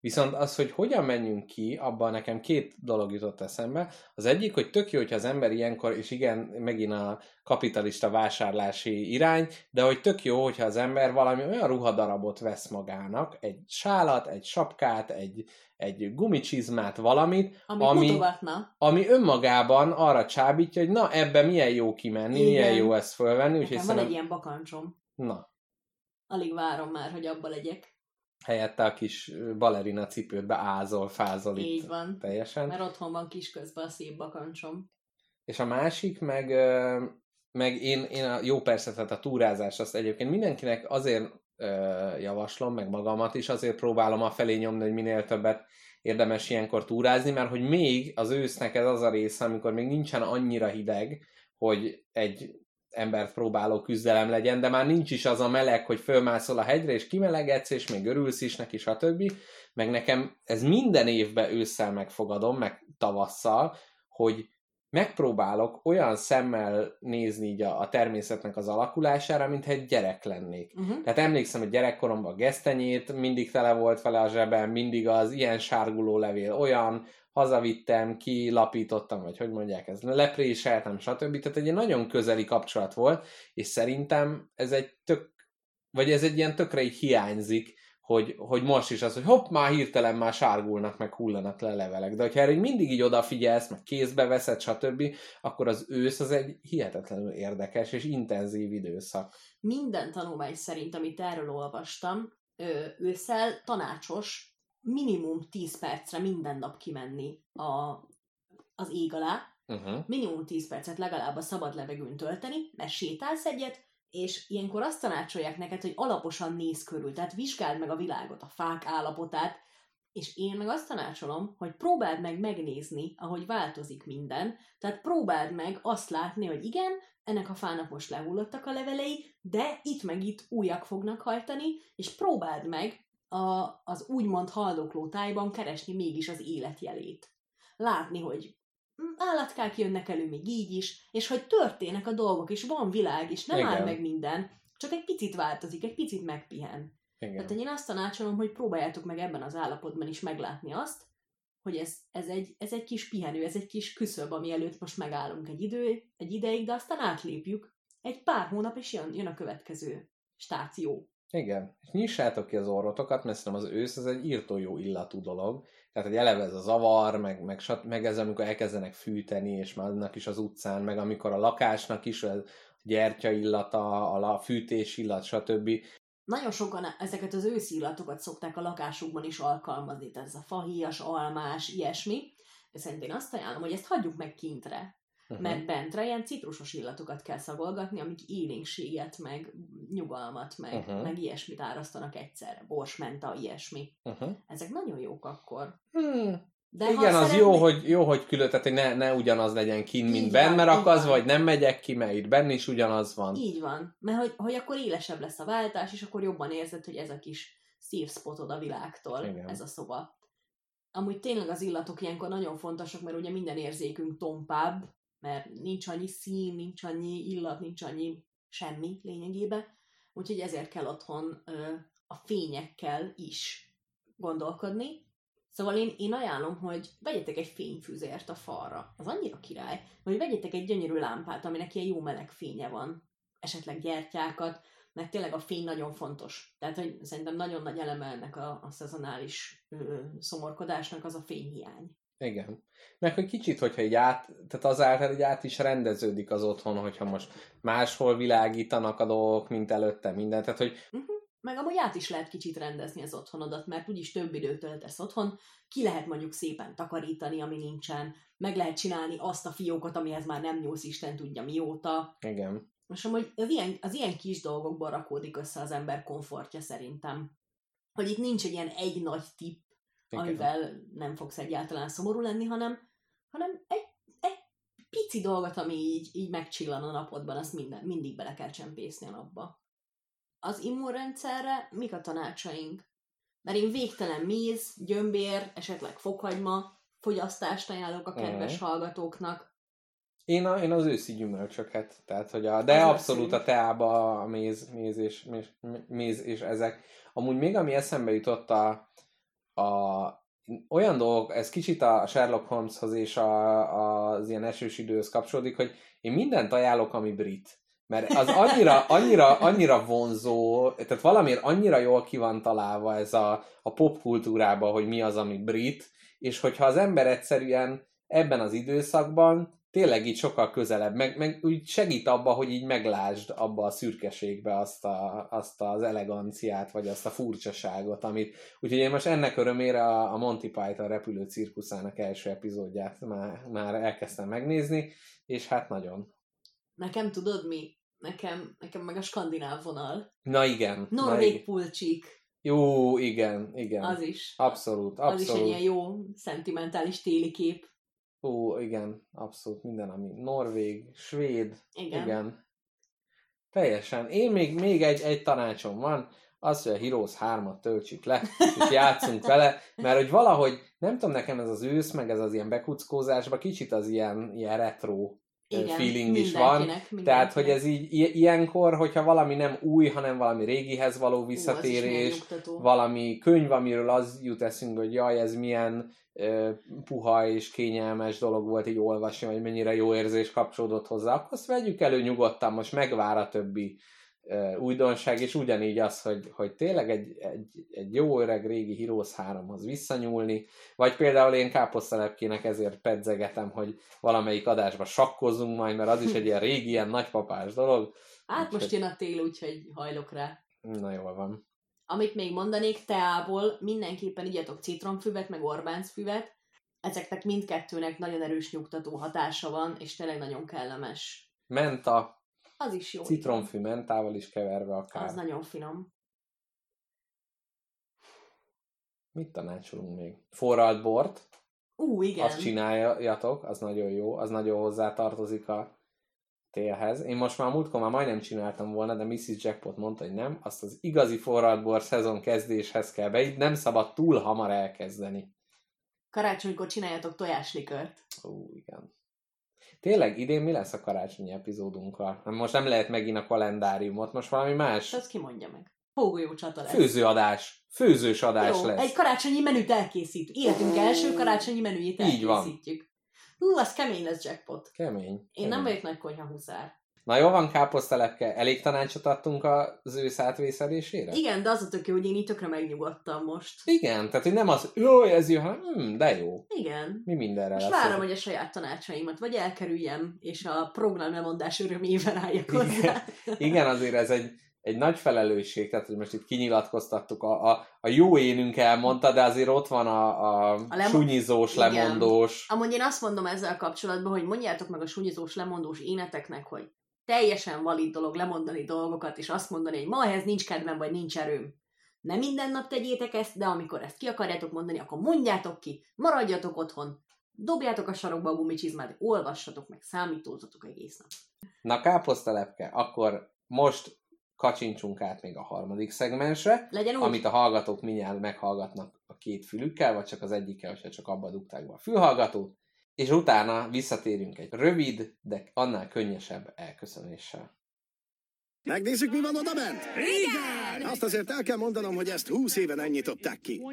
Viszont az, hogy hogyan menjünk ki, abban nekem két dolog jutott eszembe. Az egyik, hogy tök jó, hogyha az ember ilyenkor, és igen, megint a kapitalista vásárlási irány, de hogy tök jó, hogyha az ember valami olyan ruhadarabot vesz magának, egy sálat, egy sapkát, egy, egy gumicsizmát, valamit, ami, ami, ami önmagában arra csábítja, hogy na, ebbe milyen jó kimenni, igen. milyen jó ezt fölvenni. Nekem van szerintem... egy ilyen bakancsom. Na. Alig várom már, hogy abba legyek. Helyette a kis balerina cipődbe ázol, fázol itt. Így van. Teljesen. Mert otthon van kisközben a szép bakancsom. És a másik, meg, meg én, én a, jó persze, tehát a túrázás, azt egyébként mindenkinek azért javaslom, meg magamat is, azért próbálom afelé nyomni, hogy minél többet érdemes ilyenkor túrázni, mert hogy még az ősznek ez az a része, amikor még nincsen annyira hideg, hogy egy embert próbáló küzdelem legyen, de már nincs is az a meleg, hogy fölmászol a hegyre, és kimelegedsz, és még örülsz is neki, stb. Meg nekem ez minden évben ősszel megfogadom, meg tavasszal, hogy megpróbálok olyan szemmel nézni így a, a természetnek az alakulására, mintha egy gyerek lennék. Uh-huh. Tehát emlékszem, hogy gyerekkoromban a gesztenyét mindig tele volt vele a zsebem, mindig az ilyen sárguló levél, olyan, hazavittem, kilapítottam, vagy hogy mondják, ez lepréseltem, stb. Tehát egy nagyon közeli kapcsolat volt, és szerintem ez egy tök, vagy ez egy ilyen tökre így hiányzik, hogy, hogy most is az, hogy hopp, már hirtelen már sárgulnak, meg hullanak le levelek. De hogyha erre mindig így odafigyelsz, meg kézbe veszed, stb., akkor az ősz az egy hihetetlenül érdekes és intenzív időszak. Minden tanulmány szerint, amit erről olvastam, ősszel tanácsos minimum tíz percre minden nap kimenni a, az ég alá, uh-huh. minimum tíz percet legalább a szabad levegőn tölteni, mert sétálsz egyet, és ilyenkor azt tanácsolják neked, hogy alaposan nézz körül, tehát vizsgáld meg a világot, a fák állapotát, és én meg azt tanácsolom, hogy próbáld meg megnézni, ahogy változik minden, tehát próbáld meg azt látni, hogy igen, ennek a fának most lehullottak a levelei, de itt meg itt újak fognak hajtani, és próbáld meg a, az úgymond haldokló tájban keresni mégis az életjelét. Látni, hogy állatkák jönnek elő még így is, és hogy történnek a dolgok, és van világ, és nem Igen. áll meg minden, csak egy picit változik, egy picit megpihen. Igen. Tehát én azt tanácsolom, hogy próbáljátok meg ebben az állapotban is meglátni azt, hogy ez, ez, egy, ez egy kis pihenő, ez egy kis küszöb, ami előtt most megállunk egy, idő, egy ideig, de aztán átlépjük. Egy pár hónap, és jön, jön a következő stáció. Igen, és nyissátok ki az orrotokat, mert szerintem az ősz az egy írtó jó illatú dolog. Tehát, hogy eleve ez a zavar, meg, meg, meg ez, amikor elkezdenek fűteni, és már annak is az utcán, meg amikor a lakásnak is a gyertya illata, a fűtés illat, stb. Nagyon sokan ezeket az őszi illatokat szokták a lakásukban is alkalmazni, tehát ez a fahéjas, almás, ilyesmi. De szerintem én azt ajánlom, hogy ezt hagyjuk meg kintre. Uh-huh. Mert bentre ilyen citrusos illatokat kell szagolgatni, amik élénkséget, meg nyugalmat, meg, uh-huh. meg ilyesmit árasztanak egyszerre. Borsmenta, ilyesmi. Uh-huh. Ezek nagyon jók akkor. Hmm. De igen, az jó, hogy, jó, hogy külön, tehát hogy ne, ne ugyanaz legyen kint, mint benn, mert akkor az vagy nem megyek ki, mert itt benn is ugyanaz van. Így van, mert hogy, hogy akkor élesebb lesz a váltás, és akkor jobban érzed, hogy ez a kis szívspotod a világtól, igen. ez a szoba. Amúgy tényleg az illatok ilyenkor nagyon fontosak, mert ugye minden érzékünk tompább, mert nincs annyi szín, nincs annyi illat, nincs annyi semmi lényegében, úgyhogy ezért kell otthon ö, a fényekkel is gondolkodni. Szóval én, én ajánlom, hogy vegyetek egy fényfűzért a falra. Az annyira király. Vagy vegyetek egy gyönyörű lámpát, aminek ilyen jó meleg fénye van. Esetleg gyertyákat, mert tényleg a fény nagyon fontos. Tehát, hogy szerintem nagyon nagy eleme ennek a, a szezonális ö, szomorkodásnak az a fényhiány. Igen. Meg hogy kicsit, hogyha így át, tehát azáltal, hogy át is rendeződik az otthon, hogyha most máshol világítanak a dolgok, mint előtte minden. Tehát, hogy uh-huh. Meg amúgy át is lehet kicsit rendezni az otthonodat, mert úgyis több időt töltesz otthon, ki lehet mondjuk szépen takarítani, ami nincsen, meg lehet csinálni azt a fiókot, amihez már nem nyúlsz Isten tudja mióta. Igen. És amúgy az ilyen, az ilyen kis dolgokból rakódik össze az ember komfortja szerintem. Hogy itt nincs egy ilyen egy nagy tipp, igen. amivel nem fogsz egyáltalán szomorú lenni, hanem, hanem egy, egy pici dolgot, ami így, így megcsillan a napodban, azt minden, mindig bele kell csempészni a napba. Az immunrendszerre mik a tanácsaink? Mert én végtelen méz, gyömbér, esetleg fokhagyma fogyasztást ajánlok a kedves uh-huh. hallgatóknak. Én, a, én az őszi gyümölcsöket, tehát, hogy a, de az abszolút a teába a méz, méz, és, méz, méz és ezek. Amúgy még ami eszembe jutott a, a, olyan dolgok, ez kicsit a Sherlock Holmeshoz és a, a, az ilyen esős időhöz kapcsolódik, hogy én mindent ajánlok, ami brit. Mert az annyira, annyira, annyira vonzó, tehát valamiért annyira jól ki van találva ez a, a popkultúrában, hogy mi az, ami brit, és hogyha az ember egyszerűen ebben az időszakban tényleg így sokkal közelebb, meg, meg úgy segít abba, hogy így meglásd abba a szürkeségbe azt, a, azt az eleganciát, vagy azt a furcsaságot, amit... Úgyhogy én most ennek örömére a, a Monty Python repülő cirkuszának első epizódját már, már elkezdtem megnézni, és hát nagyon. Nekem tudod mi? Nekem, nekem meg a skandináv vonal. Na igen. Norvég pulcsik. Jó, igen, igen. Az is. Abszolút, abszolút. Az is egy ilyen jó, szentimentális téli kép. Ó, igen, abszolút minden, ami norvég, svéd, igen. igen. Teljesen. Én még, még egy, egy tanácsom van, az, hogy a Heroes hármat töltsük le, és játszunk vele, mert hogy valahogy, nem tudom, nekem ez az ősz, meg ez az ilyen bekuckózásban kicsit az ilyen, ilyen retro igen, feeling is van. Mindenkinek. Tehát, hogy ez így ilyenkor, hogyha valami nem új, hanem valami régihez való visszatérés, Ú, valami könyv, amiről az jut eszünkbe, hogy jaj, ez milyen uh, puha és kényelmes dolog volt így olvasni, vagy mennyire jó érzés kapcsolódott hozzá, akkor azt vegyük elő nyugodtan, most megvár a többi uh, újdonság, és ugyanígy az, hogy, hogy tényleg egy, egy, egy jó öreg régi Heroes háromhoz visszanyúlni, vagy például én káposztalepkének ezért pedzegetem, hogy valamelyik adásba sakkozzunk majd, mert az is egy ilyen régi, ilyen nagypapás dolog. Hát úgy, most hogy... jön a tél, úgyhogy hajlok rá. Na jól van. Amit még mondanék, teából mindenképpen igyatok citromfüvet, meg Orbánc-füvet. Ezeknek mindkettőnek nagyon erős nyugtató hatása van, és tényleg nagyon kellemes. Menta. Az is jó. Citromfű mentával is keverve akár. Az nagyon finom. Mit tanácsolunk még? Forralt bort. Ú, igen. Azt csináljatok, az nagyon jó, az nagyon hozzátartozik a télhez. Én most már múltkor már majdnem csináltam volna, de missus Jackpot mondta, hogy nem, azt az igazi forralt bor szezon kezdéshez kell be, nem szabad túl hamar elkezdeni. Karácsonykor csináljatok tojáslikört. Ó, igen. Tényleg, idén mi lesz a karácsonyi epizódunkkal? Most nem lehet megint a kalendáriumot, most valami más. Azt ki mondja meg. Hógolyó csata lesz. Főzőadás. Főzős adás jó, lesz. Egy karácsonyi menüt elkészítünk. Életünk első karácsonyi menüjét elkészítjük. Hú, az kemény lesz, Jackpot. Kemény. Én kemény. nem vagyok nagy konyha huszár. Na jó van, káposztelepke, elég tanácsot adtunk az ősz átvészelésére? Igen, de az a tök jó, hogy én így tökre megnyugodtam most. Igen, tehát hogy nem az, jó, ez jó, hanem hm, de jó. Igen. Mi mindenre most lesz. várom, hogy a saját tanácsaimat vagy elkerüljem, és a program lemondás örömével álljak hozzá. Igen, Igen azért ez egy, egy nagy felelősség, tehát hogy most itt kinyilatkoztattuk, a, a, a jó énünk elmondta, de azért ott van a, a, a lemo- sunyizós, Igen. lemondós. Amúgy én azt mondom ezzel kapcsolatban, hogy mondjátok meg a sunyizós, lemondós éneteknek, hogy teljesen valid dolog lemondani dolgokat, és azt mondani, hogy ma ehhez nincs kedvem, vagy nincs erőm. Nem minden nap tegyétek ezt, de amikor ezt ki akarjátok mondani, akkor mondjátok ki, maradjatok otthon, dobjátok a sarokba a gumicsizmát, olvassatok meg, számítózatok egész nap. Na káposztelepke, akkor most kacsincsunk át még a harmadik szegmensre, amit a hallgatók mindjárt meghallgatnak a két fülükkel, vagy csak az egyikkel, hogyha csak abba dugták be a fülhallgatót, és utána visszatérünk egy rövid, de annál könnyesebb elköszönéssel. Megnézzük, mi van oda bent? Igen! Azt azért el kell mondanom, hogy ezt húsz éven ennyitották ki.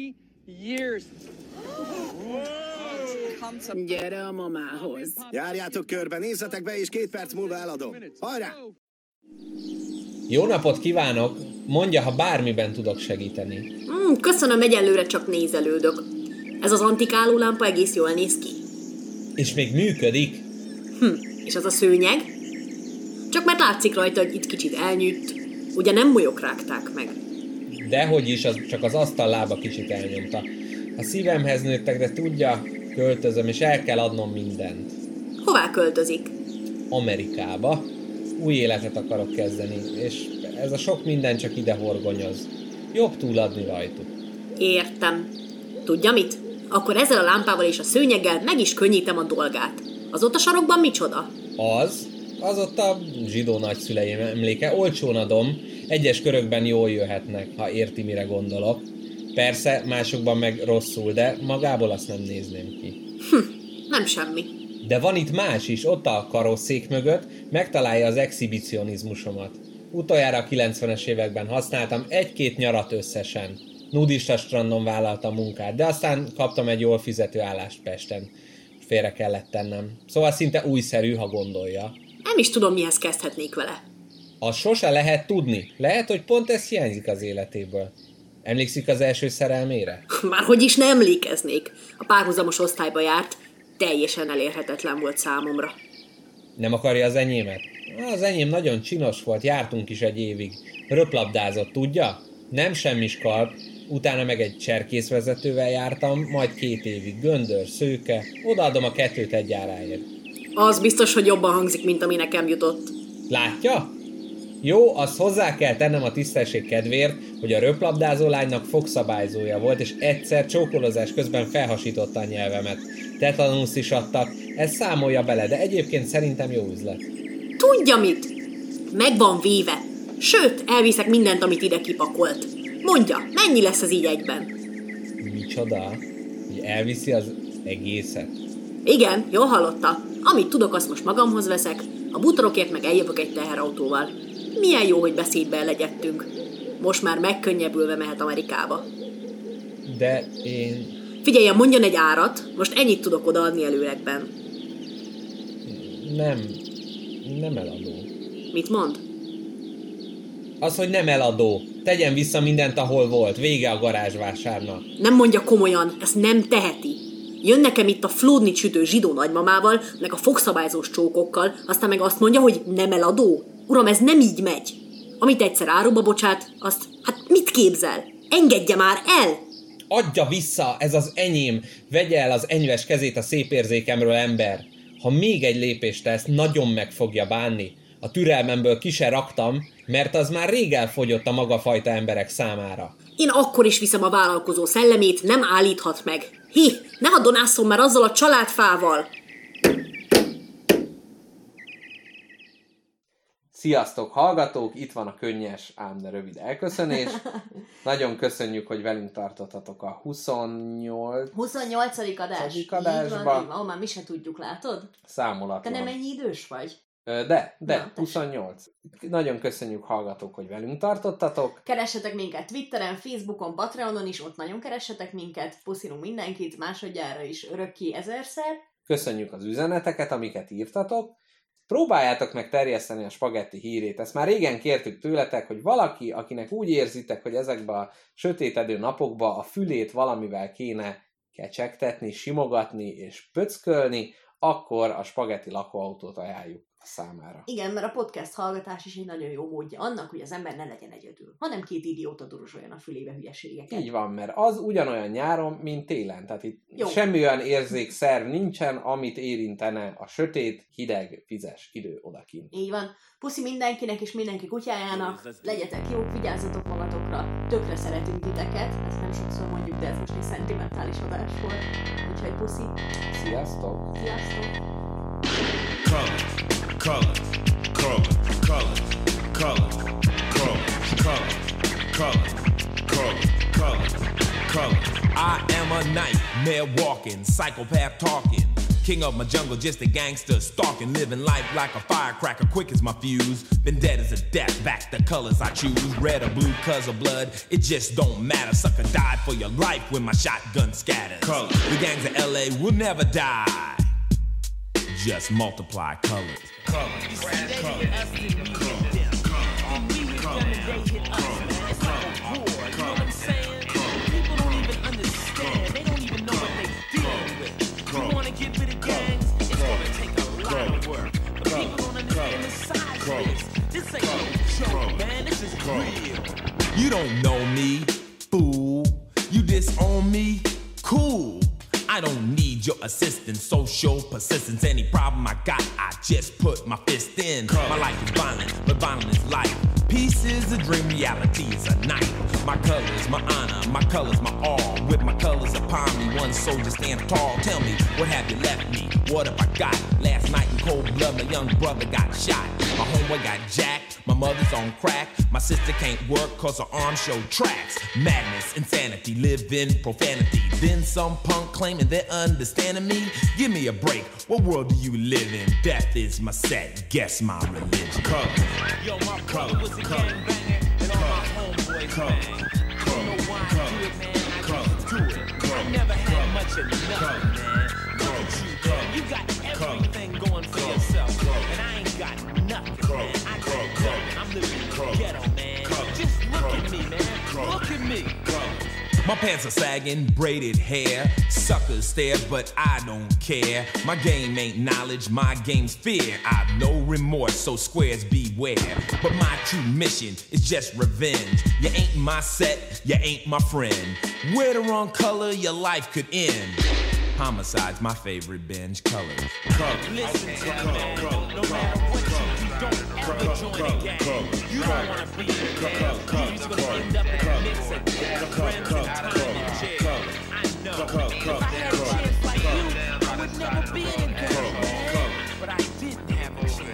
Gyere a mamához. Járjátok körbe, nézzetek be, és két perc múlva eladom. Hajrá! Jó napot kívánok! Mondja, ha bármiben tudok segíteni. Mm, köszönöm, egyelőre csak nézelődök. Ez az antikáló lámpa egész jól néz ki. És még működik? Hm, és az a szőnyeg? Csak mert látszik rajta, hogy itt kicsit elnyűtt. Ugye nem molyok rágták meg? Dehogy is, az csak az asztal lába kicsit elnyomta. A szívemhez nőttek, de tudja, költözöm, és el kell adnom mindent. Hová költözik? Amerikába. Új életet akarok kezdeni, és ez a sok minden csak ide horgonyoz. Jobb túladni rajtuk. Értem. Tudja mit? Akkor ezzel a lámpával és a szőnyeggel meg is könnyítem a dolgát. Az ott a sarokban micsoda? Az? Az ott a zsidó nagyszüleim emléke. Olcsón adom, egyes körökben jól jöhetnek, ha érti, mire gondolok. Persze, másokban meg rosszul, de magából azt nem nézném ki. Hm, nem semmi. De van itt más is, ott a karosszék mögött, megtalálja az exhibicionizmusomat. Utoljára a kilencvenes években használtam egy-két nyarat összesen. Nudista strandon vállaltam munkát, de aztán kaptam egy jól fizető állást Pesten. Félre kellett tennem. Szóval szinte újszerű, ha gondolja. Nem is tudom, mihez kezdhetnék vele. Azt sose lehet tudni. Lehet, hogy pont ez hiányzik az életéből. Emlékszik az első szerelmére? Márhogy is ne emlékeznék. A párhuzamos osztályba járt, teljesen elérhetetlen volt számomra. Nem akarja az enyémet? Az enyém nagyon csinos volt, jártunk is egy évig. Röplabdázott, tudja? Nem semmis kalp, utána meg egy cserkészvezetővel jártam, majd két évig göndör, szőke, odaadom a kettőt egy áráért. Az biztos, hogy jobban hangzik, mint ami nekem jutott. Látja? Jó, azt hozzá kell tennem a tisztesség kedvéért, hogy a röplabdázó lánynak fogszabályzója volt, és egyszer csókolozás közben felhasította a nyelvemet. Tetanuszt is adtak, ez számolja bele, de egyébként szerintem jó üzlet. Tudja mit? Meg van véve. Sőt, elviszek mindent, amit ide kipakolt. Mondja, mennyi lesz az így egyben? Micsoda? Hogy elviszi az egészet? Igen, jól hallotta. Amit tudok, azt most magamhoz veszek, a bútorokért meg eljövök egy teherautóval. Milyen jó, hogy beszédbe legyedtünk. Most már megkönnyebbülve mehet Amerikába. De én... Figyeljen, mondjon egy árat, most ennyit tudok odaadni előlegben. Nem, nem eladó. Mit mond? Az, hogy nem eladó. Tegyen vissza mindent, ahol volt. Vége a garázsvásárnak. Nem mondja komolyan, ezt nem teheti. Jön nekem itt a flódni sütő zsidó nagymamával, meg a fogszabályzós csókokkal, aztán meg azt mondja, hogy nem eladó. Uram, ez nem így megy. Amit egyszer áruba bocsát, azt, hát mit képzel? Engedje már el! Adja vissza, ez az enyém. Vegye el az enyves kezét a szép érzékemről, ember. Ha még egy lépést tesz, nagyon meg fogja bánni. A türelmemből ki se raktam, mert az már rég elfogyott a maga fajta emberek számára. Én akkor is viszem a vállalkozó szellemét, nem állíthat meg. Hi, ne hadonásszon már azzal a családfával! Sziasztok, hallgatók! Itt van a könnyes, ám de rövid elköszönés. Nagyon köszönjük, hogy velünk tartottatok a huszonnyolc... huszonnyolcadik adás. adásba. Ahol már mi se tudjuk, látod? Számolatlan. Te nem ennyi idős vagy? De, de, Na, huszonnyolc. Nagyon köszönjük, hallgatók, hogy velünk tartottatok. Keressetek minket Twitteren, Facebookon, Patreonon is, ott nagyon keressetek minket. Puszilunk mindenkit, másodjára is örökké ezerszer. Köszönjük az üzeneteket, amiket írtatok. Próbáljátok meg terjeszteni a spagetti hírét. Ezt már régen kértük tőletek, hogy valaki, akinek úgy érzitek, hogy ezekben a sötétedő napokban a fülét valamivel kéne kecsegtetni, simogatni és pöckölni, akkor a spagetti lakóautót ajánljuk számára. Igen, mert a podcast hallgatás is egy nagyon jó módja annak, hogy az ember ne legyen egyedül, hanem két idióta duruzsoljon a fülébe hülyeségeket. Így van, mert az ugyanolyan nyáron, mint télen. Tehát itt jó. Semmi olyan érzékszerv nincsen, amit érintene a sötét, hideg, vizes idő odakint. Így van. Puszi mindenkinek és mindenki kutyájának. Legyetek jók, vigyázzatok magatokra. Tökre szeretünk titeket. Ezt nem sokszor mondjuk, de ez most egy szentimentális adás volt. Úgyhogy puszi. Sziasztok! Sziasztok! Color, color, color, color, color, color, color, color, color, color. I am a nightmare walking, psychopath talking, king of my jungle, just a gangster stalking, living life like a firecracker, quick as my fuse. Been dead as a death, back the colors I choose, red or blue, cause of blood, it just don't matter. Sucker died for your life when my shotgun scatters. Color. The gangs of L A will never die. Just multiply colors. Colors. Colors. You don't know me, fool. You disown me, cool. I don't need your assistance, social persistence. Any problem I got, I just put my fist in. My life is violent, but violent is life. Peace is a dream, reality is a night. My colors, my honor, my colors, my all. With my colors upon me, one soldier stand tall. Tell me, what have you left me? What have I got? Last night in cold blood, my young brother got shot. My homeboy got jacked, my mother's on crack. My sister can't work cause her arms show tracks. Madness, insanity, live in profanity. Then some punk claiming they're understanding me. Give me a break, what world do you live in? Death is my set, guess my religion. Color. Yo, my brother was a gangbanger, and all my homeboys bang. I don't know why I do it. to nothing, man. Look at you, man. You got everything going for yourself, and I ain't got nothing, man. I got nothing. I'm living in the ghetto, man. Just look at me, man. Look at me. My pants are sagging, braided hair. Suckers stare, but I don't care. My game ain't knowledge, my game's fear. I've no remorse, so squares beware. But my true mission is just revenge. You ain't my set, you ain't my friend. Wear the wrong color, your life could end. Homicide's my favorite binge color. Listen to me, man. No matter what you do, don't ever join a gang. You don't wanna be in a gang. You're just gonna end up in the mix of death, friends, and time in jail. I know. If I had a chance like you, I would never be in a gang, man. But I didn't have a chance.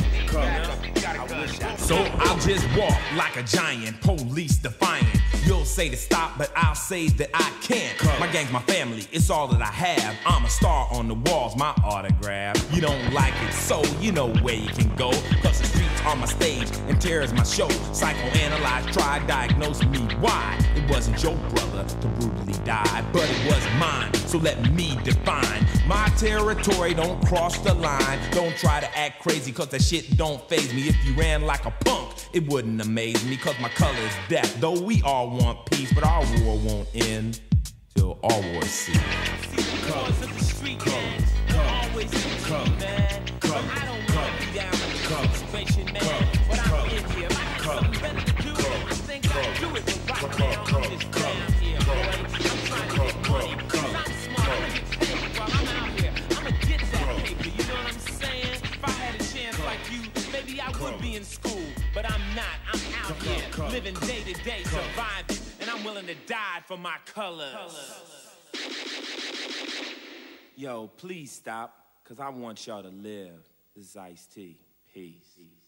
So I'll just walk like a giant, police defiant. You'll say to stop, but I'll say that I can't. My gang's my family, it's all that I have. I'm a star on the walls, my autograph. You don't like it, so you know where you can go. Cause the streets are my stage and terror's my show. Psychoanalyze, try, diagnose me. Why? It wasn't your brother to brutally die, but it was mine. So let me define my territory. Don't cross the line. Don't try to act crazy, cause that shit don't faze me. If you ran like a punk, it wouldn't amaze me, cause my color's death. Though we all want peace, but our war won't end till all wars cease. See the cause of the street gangs always come, man. But I don't want to be down in the situation, man. But I'm in here, I got something better to do. I think I do it, but right now I'm just down here, boy. I'm trying to get money, cause I'm smart, I'm gonna get paid while I'm out here. I'm gonna get that paper, you know what I'm saying? If I had a chance like you, maybe I would be in school. But I'm not, I'm out here, living day to day, surviving, and I'm willing to die for my colors. Yo, please stop, cause I want y'all to live. This is Ice-T. Peace.